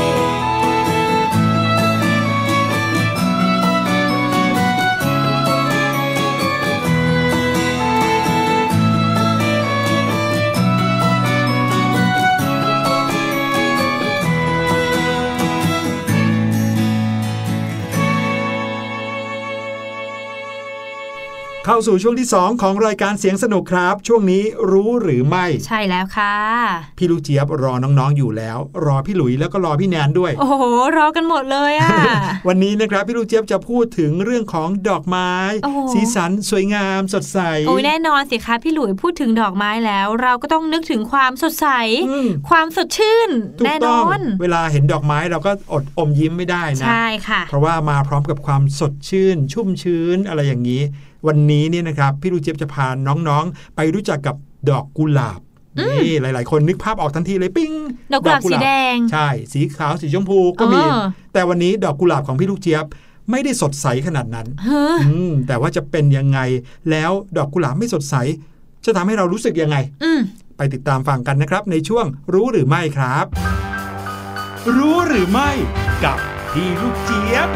เข้าสู่ช่วงที่2ของรายการเสียงสนุกครับช่วงนี้รู้หรือไม่ใช่แล้วค่ะพี่ลูกเจี๊ยบรอน้องๆอยู่แล้วรอพี่หลุยแล้วก็รอพี่แนนด้วยโอ้โหรอกันหมดเลยอ่ะวันนี้นะครับพี่ลูกเจี๊ยบจะพูดถึงเรื่องของดอกไม้สีสันสวยงามสดใสโอ้ยแน่นอนสิคะพี่หลุยพูดถึงดอกไม้แล้วเราก็ต้องนึกถึงความสดใสความสดชื่นแน่นอนเวลาเห็นดอกไม้เราก็อดอมยิ้มไม่ได้นะใช่ค่ะเพราะว่ามาพร้อมกับความสดชื่นชุ่มชื้นอะไรอย่างนี้วันนี้เนี่ยนะครับพี่ลูกเจี๊ยบจะพาน้องๆไปรู้จักกับดอกกุหลาบนี่หลายๆคนนึกภาพออกทันทีเลยปิ้งดอกกุหลาบสีแดงใช่สีขาวสีชมพูก็มีแต่วันนี้ดอกกุหลาบของพี่ลูกเจี๊ยบไม่ได้สดใสขนาดนั้นแต่ว่าจะเป็นยังไงแล้วดอกกุหลาบไม่สดใสจะทำให้เรารู้สึกยังไงไปติดตามฟังกันนะครับในช่วงรู้หรือไม่ครับรู้หรือไม่กับพี่ลูกเจี๊ยบ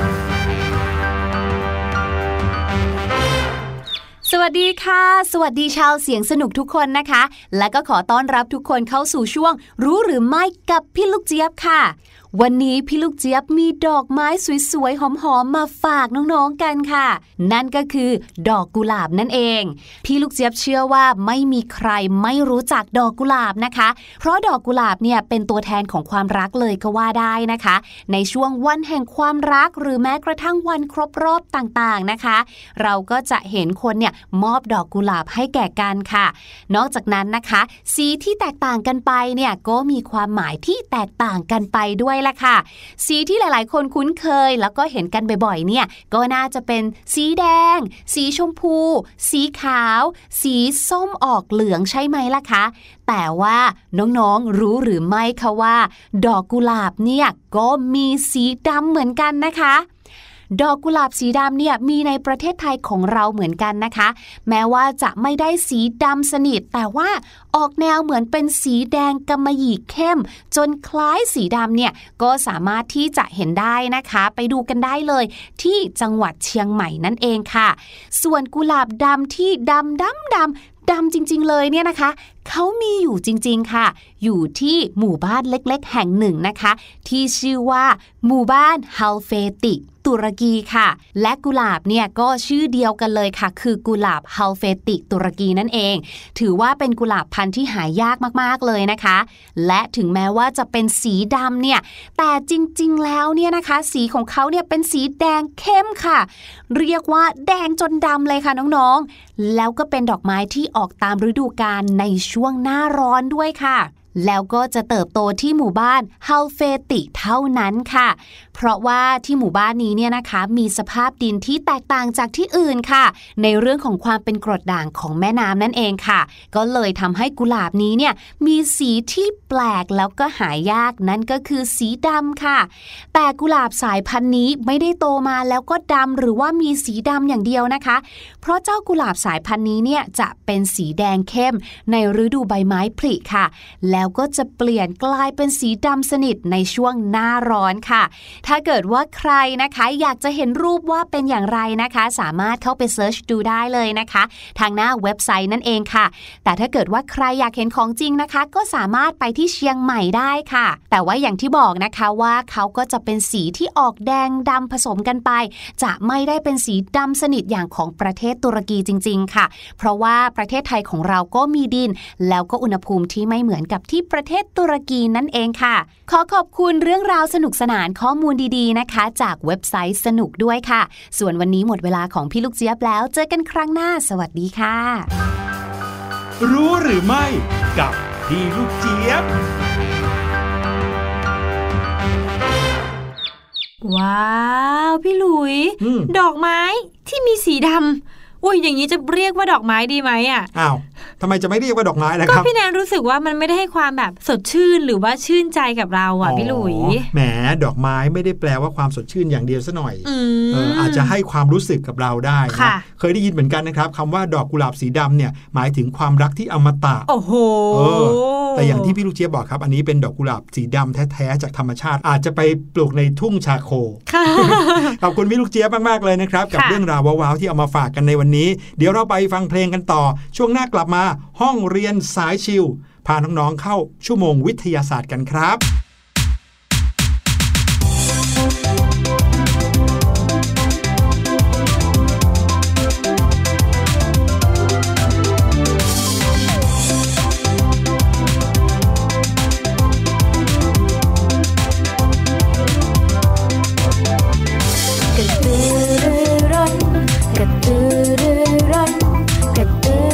สวัสดีค่ะสวัสดีชาวเสียงสนุกทุกคนนะคะและก็ขอต้อนรับทุกคนเข้าสู่ช่วงรู้หรือไม่กับพี่ลูกเจี๊ยบค่ะวันนี้พี่ลูกเจี๊ยบมีดอกไม้สวยๆหอมๆมาฝากน้องๆกันค่ะนั่นก็คือดอกกุหลาบนั่นเองพี่ลูกเจี๊ยบเชื่อว่าไม่มีใครไม่รู้จักดอกกุหลาบนะคะเพราะดอกกุหลาบเนี่ยเป็นตัวแทนของความรักเลยก็ว่าได้นะคะในช่วงวันแห่งความรักหรือแม้กระทั่งวันครบรอบต่างๆนะคะเราก็จะเห็นคนเนี่ยมอบดอกกุหลาบให้แก่กันค่ะนอกจากนั้นนะคะสีที่แตกต่างกันไปเนี่ยก็มีความหมายที่แตกต่างกันไปด้วยละค่ะสีที่หลายๆคนคุ้นเคยแล้วก็เห็นกันบ่อยๆเนี่ยก็น่าจะเป็นสีแดงสีชมพูสีขาวสีส้มออกเหลืองใช่ไหมล่ะคะแต่ว่าน้องๆรู้หรือไม่คะว่าดอกกุหลาบเนี่ยก็มีสีดำเหมือนกันนะคะดอกกุหลาบสีดำเนี่ยมีในประเทศไทยของเราเหมือนกันนะคะแม้ว่าจะไม่ได้สีดำสนิทแต่ว่าออกแนวเหมือนเป็นสีแดงกำมะหยี่เข้มจนคล้ายสีดำเนี่ยก็สามารถที่จะเห็นได้นะคะไปดูกันได้เลยที่จังหวัดเชียงใหม่นั่นเองค่ะส่วนกุหลาบดำที่ดำจริงๆเลยเนี่ยนะคะเขามีอยู่จริงๆค่ะอยู่ที่หมู่บ้านเล็กๆแห่งหนึ่งนะคะที่ชื่อว่าหมู่บ้านฮัลเฟติตุรกีค่ะและกุหลาบเนี่ยก็ชื่อเดียวกันเลยค่ะคือกุหลาบฮัลเฟติตุรกีนั่นเองถือว่าเป็นกุหลาบพันธุ์ที่หายากมากๆเลยนะคะและถึงแม้ว่าจะเป็นสีดำเนี่ยแต่จริงๆแล้วเนี่ยนะคะสีของเขาเนี่ยเป็นสีแดงเข้มค่ะเรียกว่าแดงจนดำเลยค่ะน้องๆแล้วก็เป็นดอกไม้ที่ออกตามฤดูกาลในช่วงหน้าร้อนด้วยค่ะแล้วก็จะเติบโตที่หมู่บ้านฮัลเฟติเท่านั้นค่ะเพราะว่าที่หมู่บ้านนี้เนี่ยนะคะมีสภาพดินที่แตกต่างจากที่อื่นค่ะในเรื่องของความเป็นกรดด่างของแม่น้ำนั่นเองค่ะก็เลยทำให้กุหลาบนี้เนี่ยมีสีที่แปลกแล้วก็หายากนั่นก็คือสีดำค่ะแต่กุหลาบสายพันธุ์นี้ไม่ได้โตมาแล้วก็ดำหรือว่ามีสีดำอย่างเดียวนะคะเพราะเจ้ากุหลาบสายพันธุ์นี้เนี่ยจะเป็นสีแดงเข้มในฤดูใบไม้ผลิค่ะแล้วแล้วก็จะเปลี่ยนกลายเป็นสีดำสนิทในช่วงหน้าร้อนค่ะถ้าเกิดว่าใครนะคะอยากจะเห็นรูปว่าเป็นอย่างไรนะคะสามารถเข้าไปเสิร์ชดูได้เลยนะคะทางหน้าเว็บไซต์นั่นเองค่ะแต่ถ้าเกิดว่าใครอยากเห็นของจริงนะคะก็สามารถไปที่เชียงใหม่ได้ค่ะแต่ว่าอย่างที่บอกนะคะว่าเขาก็จะเป็นสีที่ออกแดงดำผสมกันไปจะไม่ได้เป็นสีดำสนิทอย่างของประเทศตุรกีจริงๆค่ะเพราะว่าประเทศไทยของเราก็มีดินแล้วก็อุณหภูมิที่ไม่เหมือนกับที่ประเทศตุรกีนั่นเองค่ะขอขอบคุณเรื่องราวสนุกสนานข้อมูลดีๆนะคะจากเว็บไซต์สนุกด้วยค่ะส่วนวันนี้หมดเวลาของพี่ลูกเจี๊ยบแล้วเจอกันครั้งหน้าสวัสดีค่ะรู้หรือไม่กับพี่ลูกเจี๊ยบว้าวพี่หลุยดอกไม้ที่มีสีดำอุ้ยอย่างนี้จะเรียกว่าดอกไม้ดีไหมอ่ะอ้าวทำไมจะไม่เรียกว่าดอกไม้ล่ะครับก็พี่แนนรู้สึกว่ามันไม่ได้ให้ความแบบสดชื่นหรือว่าชื่นใจกับเราอ่ะพี่หลุยแหมดอกไม้ไม่ได้แปลว่าความสดชื่นอย่างเดียวซะหน่อยอาจจะให้ความรู้สึกกับเราได้นะเคยได้ยินเหมือนกันนะครับคำว่าดอกกุหลาบสีดำเนี่ยหมายถึงความรักที่อมตะโอ้โหแต่อย่างที่พี่ลูกเจี๊ยบบอกครับอันนี้เป็นดอกกุหลาบสีดำแท้ๆจากธรรมชาติอาจจะไปปลูกในทุ่งชาโคขอบคุณพี่ลูกเจี๊ยบมากๆเลยนะครับกับเรื่องราวว้าวๆที่เอามาฝากกันในวันนี้เดี๋ยวเราไปฟังเพลงกันต่อช่วงหน้ากลับมาห้องเรียนสายชิลพาน้องๆเข้าชั่วโมงวิทยาศาสตร์กันครับ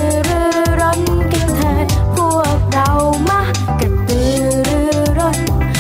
กระตือรือร้น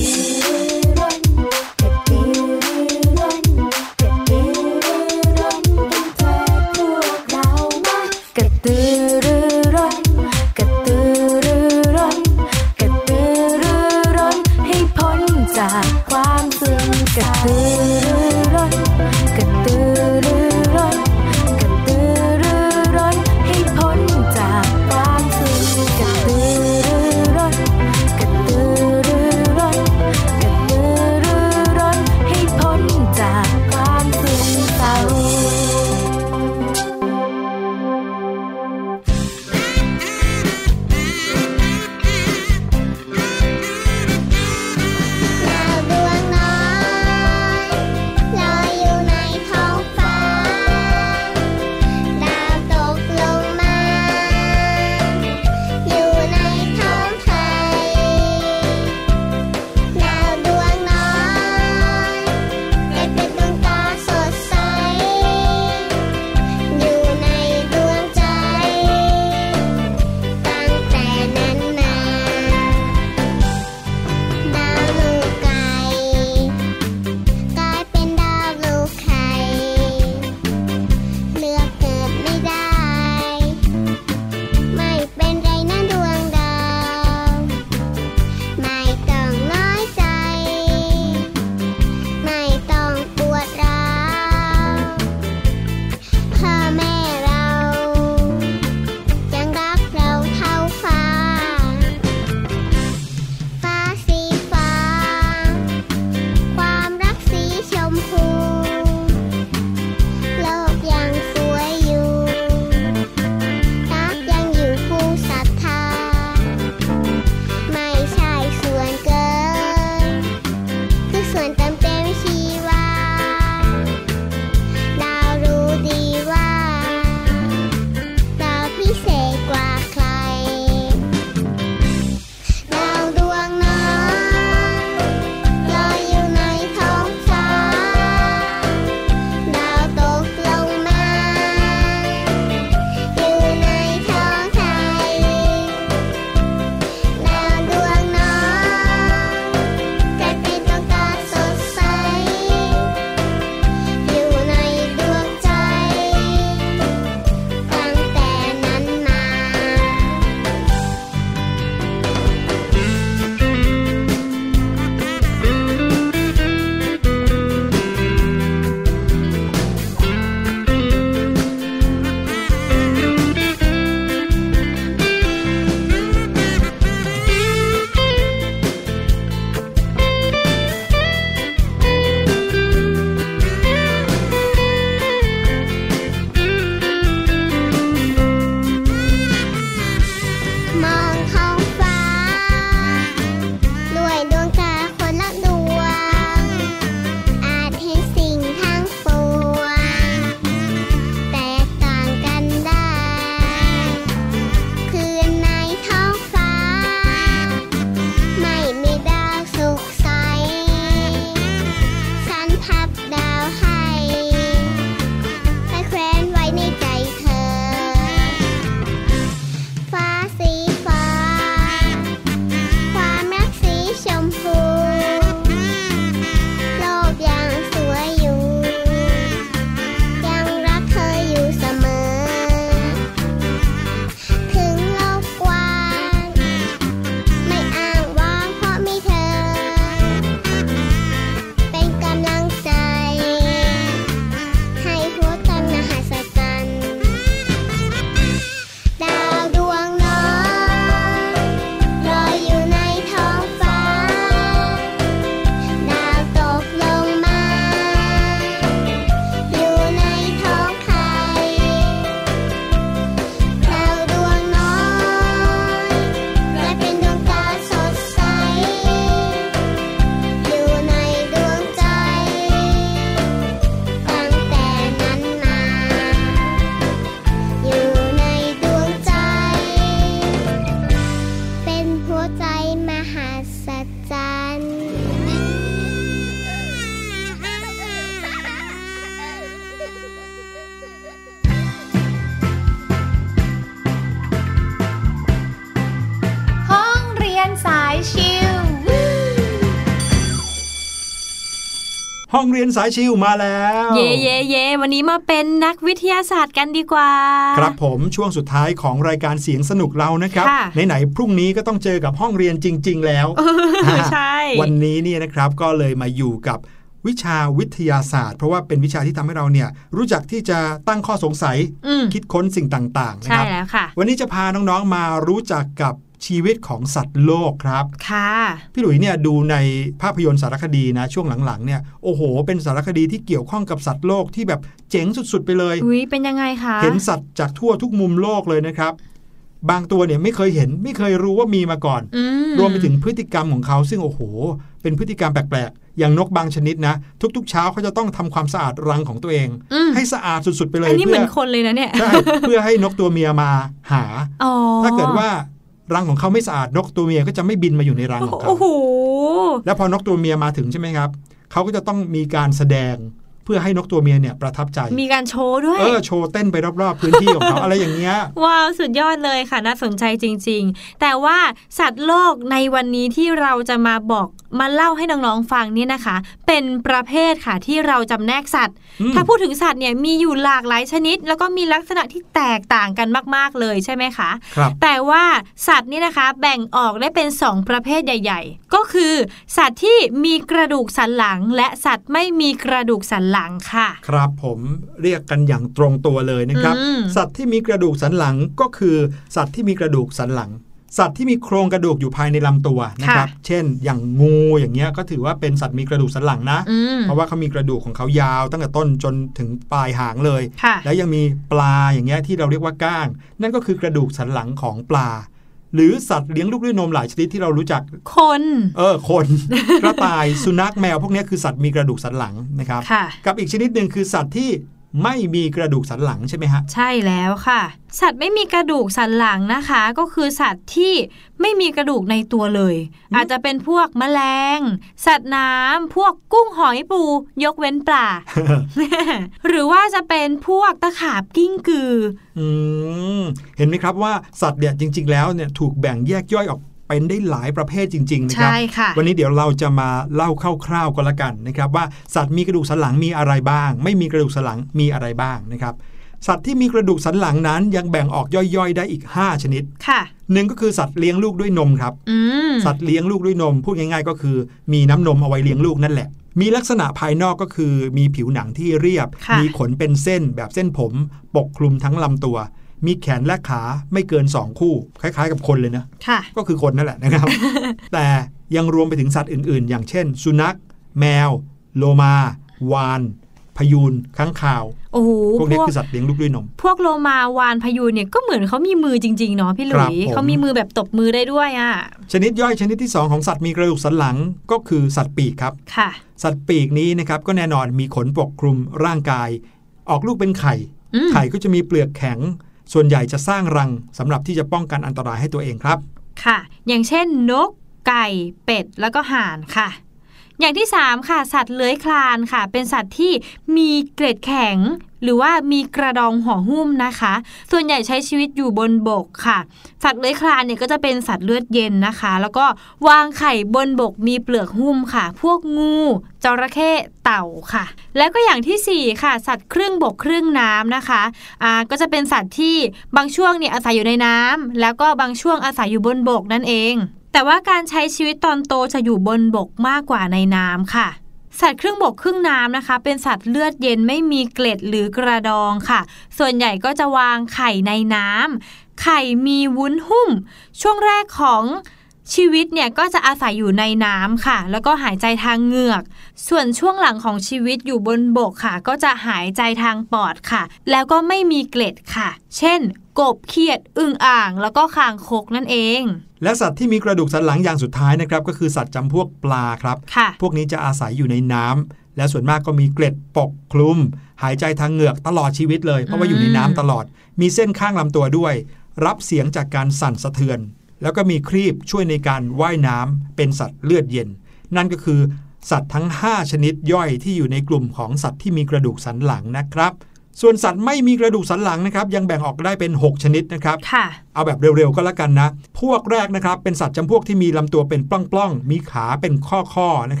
ห้องเรียนสายชิลมาแล้วเย่วันนี้มาเป็นนักวิทยาศาสตร์กันดีกว่าครับผมช่วงสุดท้ายของรายการเสียงสนุกเรานะครับไหนๆพรุ่งนี้ก็ต้องเจอกับห้องเรียนจริงๆแล้วใช่วันนี้เนี่ยนะครับก็เลยมาอยู่กับวิชาวิทยาศาสตร์เพราะว่าเป็นวิชาที่ทำให้เราเนี่ยรู้จักที่จะตั้งข้อสงสัยคิดค้นสิ่งต่างๆนะครับใช่แล้วค่ะวันนี้จะพาน้องๆมารู้จักกับชีวิตของสัตว์โลกครับค่ะพี่หลุยเนี่ยดูในภาพยนตร์สารคดีนะช่วงหลังๆเนี่ยโอ้โหเป็นสารคดีที่เกี่ยวข้องกับสัตว์โลกที่แบบเจ๋งสุดๆไปเลยอุ๊ยเป็นยังไงคะเห็นสัตว์จากทั่วทุกมุมโลกเลยนะครับบางตัวเนี่ยไม่เคยเห็นไม่เคยรู้ว่ามีมาก่อนรวมไปถึงพฤติกรรมของเขาซึ่งโอ้โหเป็นพฤติกรรมแปลกๆอย่างนกบางชนิดนะทุกๆเช้าเขาจะต้องทำความสะอาดรังของตัวเองให้สะอาดสุดๆไปเลยอันนี้เหมือนคนเลยนะเนี่ยใช่เพื่อให้นกตัวเมียมาหาถ้าเกิดว่ารังของเขาไม่สะอาดนกตัวเมียก็จะไม่บินมาอยู่ในรังของเขาแล้วพอนกตัวเมียมาถึงใช่ไหมครับเขาก็จะต้องมีการแสดงเพื่อให้นกตัวเมียเนี่ยประทับใจมีการโชว์ด้วยโชว์เต้นไปรอบๆพื้นที่ของเขา อะไรอย่างเงี้ยว้าวสุดยอดเลยค่ะน่าสนใจจริงๆแต่ว่าสัตว์โลกในวันนี้ที่เราจะมาเล่าให้น้องๆฟังเนี่ยนะคะเป็นประเภทค่ะที่เราจำแนกสัตว์ถ้าพูดถึงสัตว์เนี่ยมีอยู่หลากหลายชนิดแล้วก็มีลักษณะที่แตกต่างกันมากๆเลยใช่ไหมคะแต่ว่าสัตว์นี่นะคะแบ่งออกได้เป็น2ประเภทใหญ่ๆก็คือสัตว์ที่มีกระดูกสันหลังและสัตว์ไม่มีกระดูกสันหลังค่ะครับผมเรียกกันอย่างตรงตัวเลยนะครับสัตว์ที่มีกระดูกสันหลังก็คือสัตว์ที่มีกระดูกสันหลังสัตว์ที่มีโครงกระดูกอยู่ภายในลำตัวนะครับเช่นอย่างงูอย่างเงี้ยก็ถือว่าเป็นสัตว์มีกระดูกสันหลังนะเพราะว่าเขามีกระดูกของเขายาวตั้งแต่ต้นจนถึงปลายหางเลยแล้วยังมีปลาอย่างเงี้ยที่เราเรียกว่าก้างนั่นก็คือกระดูกสันหลังของปลาหรือสัตว์เลี้ยงลูกด้วยนมหลายชนิดที่เรารู้จักคนคนกระต่ายสุนัขแมวพวกนี้คือสัตว์มีกระดูกสันหลังนะครับกับอีกชนิดหนึ่งคือสัตว์ที่ไม่มีกระดูกสันหลังใช่ไหมฮะใช่แล้วค่ะสัตว์ไม่มีกระดูกสันหลังนะคะก็คือสัตว์ที่ไม่มีกระดูกในตัวเลยอาจจะเป็นพวกแมลงสัตว์น้ำพวกกุ้งหอยปูยกเว้นปลา หรือว่าจะเป็นพวกตะขาบกิ้งกือเห็นไหมครับว่าสัตว์เนี่ยจริงๆแล้วเนี่ยถูกแบ่งแยกย่อยออกเป็นได้หลายประเภทจริงๆนะครับวันนี้เดี๋ยวเราจะมาเล่าคร่าวๆกันละกันนะครับว่าสัตว์มีกระดูกสันหลังมีอะไรบ้างไม่มีกระดูกสันหลังมีอะไรบ้างนะครับสัตว์ที่มีกระดูกสันหลังนั้นยังแบ่งออกย่อยๆได้อีก5ชนิดหนึ่งก็คือสัตว์เลี้ยงลูกด้วยนมครับสัตว์เลี้ยงลูกด้วยนมพูดง่ายๆก็คือมีน้ำนมเอาไว้เลี้ยงลูกนั่นแหละมีลักษณะภายนอกก็คือมีผิวหนังที่เรียบมีขนเป็นเส้นแบบเส้นผมปกคลุมทั้งลำตัวมีแขนและขาไม่เกิน2คู่คล้ายๆกับคนเลยนะก็คือคนนั่นแหละนะครับ แต่ยังรวมไปถึงสัตว์อื่นๆอย่างเช่นสุนัขแมวโลมาวาฬพยูนค้างคาวพวกนี้คือสัตว์เลี้ยงลูกด้วยนมพวกโลมาวาฬพยูนเนี่ยก็เหมือนเขามีมือจริงๆเนาะพี่หลุยเขามีมือแบบตบมือได้ด้วยอ่ะชนิดย่อยชนิดที่2ของสัตว์มีกระดูกสันหลังก็คือสัตว์ปีกครับสัตว์ปีกนี้นะครับก็แน่นอนมีขนปกคลุมร่างกายออกลูกเป็นไข่ก็จะมีเปลือกแข็งส่วนใหญ่จะสร้างรังสำหรับที่จะป้องกันอันตรายให้ตัวเองครับค่ะอย่างเช่นนกไก่เป็ดแล้วก็ห่านค่ะอย่างที่3ค่ะสัตว์เลื้อยคลานค่ะเป็นสัตว์ที่มีเกล็ดแข็งหรือว่ามีกระดองห่อหุ้มนะคะส่วนใหญ่ใช้ชีวิตอยู่บนบกค่ะสัตว์เลื้อยคลานเนี่ยก็จะเป็นสัตว์เลือดเย็นนะคะแล้วก็วางไข่บนบกมีเปลือกหุ้มค่ะพวกงูจระเข้เต่าค่ะแล้วก็อย่างที่4ค่ะสัตว์ครึ่งบกครึ่งน้ำนะคะก็จะเป็นสัตว์ที่บางช่วงเนี่ยอาศัยอยู่ในน้ำแล้วก็บางช่วงอาศัยอยู่บนบกนั่นเองแต่ว่าการใช้ชีวิตตอนโตจะอยู่บนบกมากกว่าในน้ำค่ะสัตว์ครึ่งบกครึ่งน้ำนะคะเป็นสัตว์เลือดเย็นไม่มีเกล็ดหรือกระดองค่ะส่วนใหญ่ก็จะวางไข่ในน้ำไข่มีวุ้นหุ้มช่วงแรกของชีวิตเนี่ยก็จะอาศัยอยู่ในน้ำค่ะแล้วก็หายใจทางเหงือกส่วนช่วงหลังของชีวิตอยู่บนบกค่ะก็จะหายใจทางปอดค่ะแล้วก็ไม่มีเกล็ดค่ะเช่นกบเขียดอึ่งอ่างแล้วก็คางคกนั่นเองและสัตว์ที่มีกระดูกสันหลังอย่างสุดท้ายนะครับก็คือสัตว์จำพวกปลาครับพวกนี้จะอาศัยอยู่ในน้ำและส่วนมากก็มีเกล็ดปกคลุมหายใจทางเหงือกตลอดชีวิตเลยเพราะว่าอยู่ในน้ำตลอดมีเส้นข้างลำตัวด้วยรับเสียงจากการสั่นสะเทือนแล้วก็มีครีบช่วยในการว่ายน้ำเป็นสัตว์เลือดเย็นนั่นก็คือสัตว์ทั้ง5ชนิดย่อยที่อยู่ในกลุ่มของสัตว์ที่มีกระดูกสันหลังนะครับส่วนสัตว์ไม่มีกระดูกสันหลังนะครับยังแบ่งออกได้เป็น6ชนิดนะครับเอาแบบเร็วๆก็แล้วกันนะพวกแรกนะครับเป็นสัตว์จำพวกที่มีลำตัวเป็นปล้องๆมีขาเป็นข้อๆนะครับ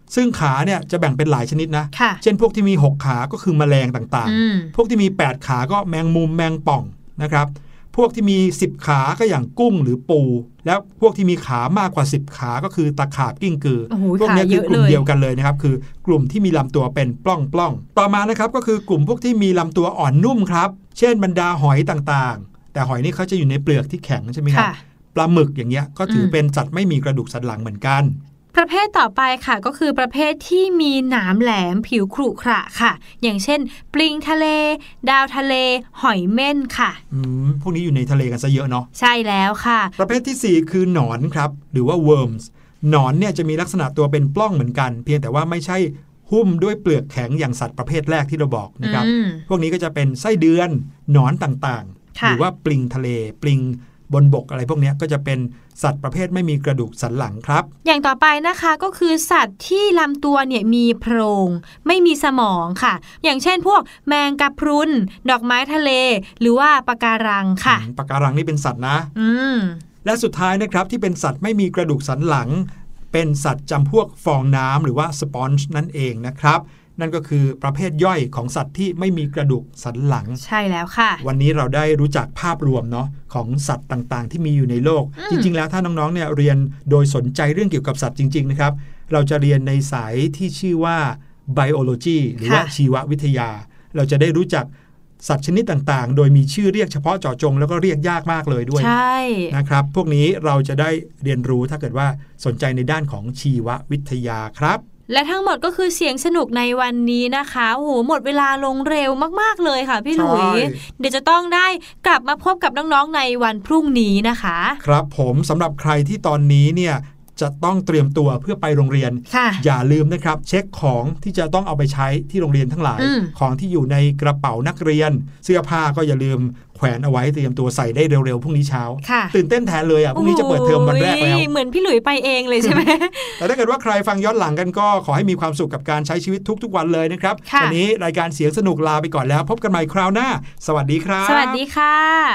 ซึ่งขาเนี่ยจะแบ่งเป็นหลายชนิดนะเช่นพวกที่มี6ขาก็คือแมลงต่างๆพวกที่มี8ขาก็แมงมุมแมงป่องนะครับพวกที่มี10ขาก็อย่างกุ้งหรือปูแล้วพวกที่มีขามากกว่า10ขาก็คือตะขาบกิ้งกือพวกนี้คือกลุ่มเดียวกันเลยนะครับคือกลุ่มที่มีลำตัวเป็นปล้องๆต่อมานะครับก็คือกลุ่มพวกที่มีลำตัวอ่อนนุ่มครับเช่นบรรดาหอยต่างๆแต่หอยนี่เขาจะอยู่ในเปลือกที่แข็งใช่ไหมครับปลาหมึกอย่างเงี้ยก็ถือเป็นสัตว์ไม่มีกระดูกสันหลังเหมือนกันประเภทต่อไปค่ะก็คือประเภทที่มีหนามแหลมผิวขรุขระค่ะอย่างเช่นปลิงทะเลดาวทะเลหอยเม่นค่ะพวกนี้อยู่ในทะเลกันซะเยอะเนาะใช่แล้วค่ะประเภทที่4คือหนอนครับหรือว่า worms หนอนเนี่ยจะมีลักษณะตัวเป็นปล้องเหมือนกันเพียงแต่ว่าไม่ใช่หุ้มด้วยเปลือกแข็งอย่างสัตว์ประเภทแรกที่เราบอกนะครับพวกนี้ก็จะเป็นไส้เดือนหนอนต่างๆหรือว่าปลิงทะเลปลิงบนบกอะไรพวกนี้ก็จะเป็นสัตว์ประเภทไม่มีกระดูกสันหลังครับอย่างต่อไปนะคะก็คือสัตว์ที่ลำตัวเนี่ยมีโพรงไม่มีสมองค่ะอย่างเช่นพวกแมงกะพรุนดอกไม้ทะเลหรือว่าปะการังค่ะปะการังนี่เป็นสัตว์นะและสุดท้ายนะครับที่เป็นสัตว์ไม่มีกระดูกสันหลังเป็นสัตว์จำพวกฟองน้ำหรือว่าสปอนจ์นั่นเองนะครับนั่นก็คือประเภทย่อยของสัตว์ที่ไม่มีกระดูกสันหลังใช่แล้วค่ะวันนี้เราได้รู้จักภาพรวมเนาะของสัตว์ต่างๆที่มีอยู่ในโลกจริงๆแล้วถ้าน้องๆเนี่ยเรียนโดยสนใจเรื่องเกี่ยวกับสัตว์จริงๆนะครับเราจะเรียนในสายที่ชื่อว่า biology หรือว่าชีววิทยาเราจะได้รู้จักสัตว์ชนิดต่างๆโดยมีชื่อเรียกเฉพาะเจาะจงแล้วก็เรียกยากมากเลยด้วยนะครับพวกนี้เราจะได้เรียนรู้ถ้าเกิดว่าสนใจในด้านของชีววิทยาครับและทั้งหมดก็คือเสียงสนุกในวันนี้นะคะโอ้โหหมดเวลาลงเร็วมากๆเลยค่ะพี่หลุยเดี๋ยวจะต้องได้กลับมาพบกับน้องๆในวันพรุ่งนี้นะคะครับผมสำหรับใครที่ตอนนี้เนี่ยจะต้องเตรียมตัวเพื่อไปโรงเรียนอย่าลืมนะครับเช็คของที่จะต้องเอาไปใช้ที่โรงเรียนทั้งหลายของที่อยู่ในกระเป๋านักเรียนเสื้อผ้าก็อย่าลืมแขวนเอาไว้เตรียมตัวใส่ได้เร็วๆพรุ่งนี้เช้าตื่นเต้นแทนเลยอ่ะพรุ่งนี้จะเปิดเทอมวันแรกแล้วเหมือนพี่หลุยไปเองเลยใช่ไหมแต่ถ้าเกิดว่าใครฟังย้อนหลังกันก็ขอให้มีความสุขกับการใช้ชีวิตทุกๆวันเลยนะครับวันนี้รายการเสียงสนุกลาไปก่อนแล้วพบกันใหม่คราวหน้าสวัสดีครับสวัสดีค่ะ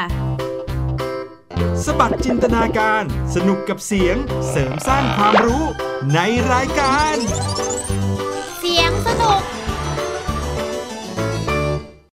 สบัดจินตนาการสนุกกับเสียงเสริมสร้างความรู้ในรายการ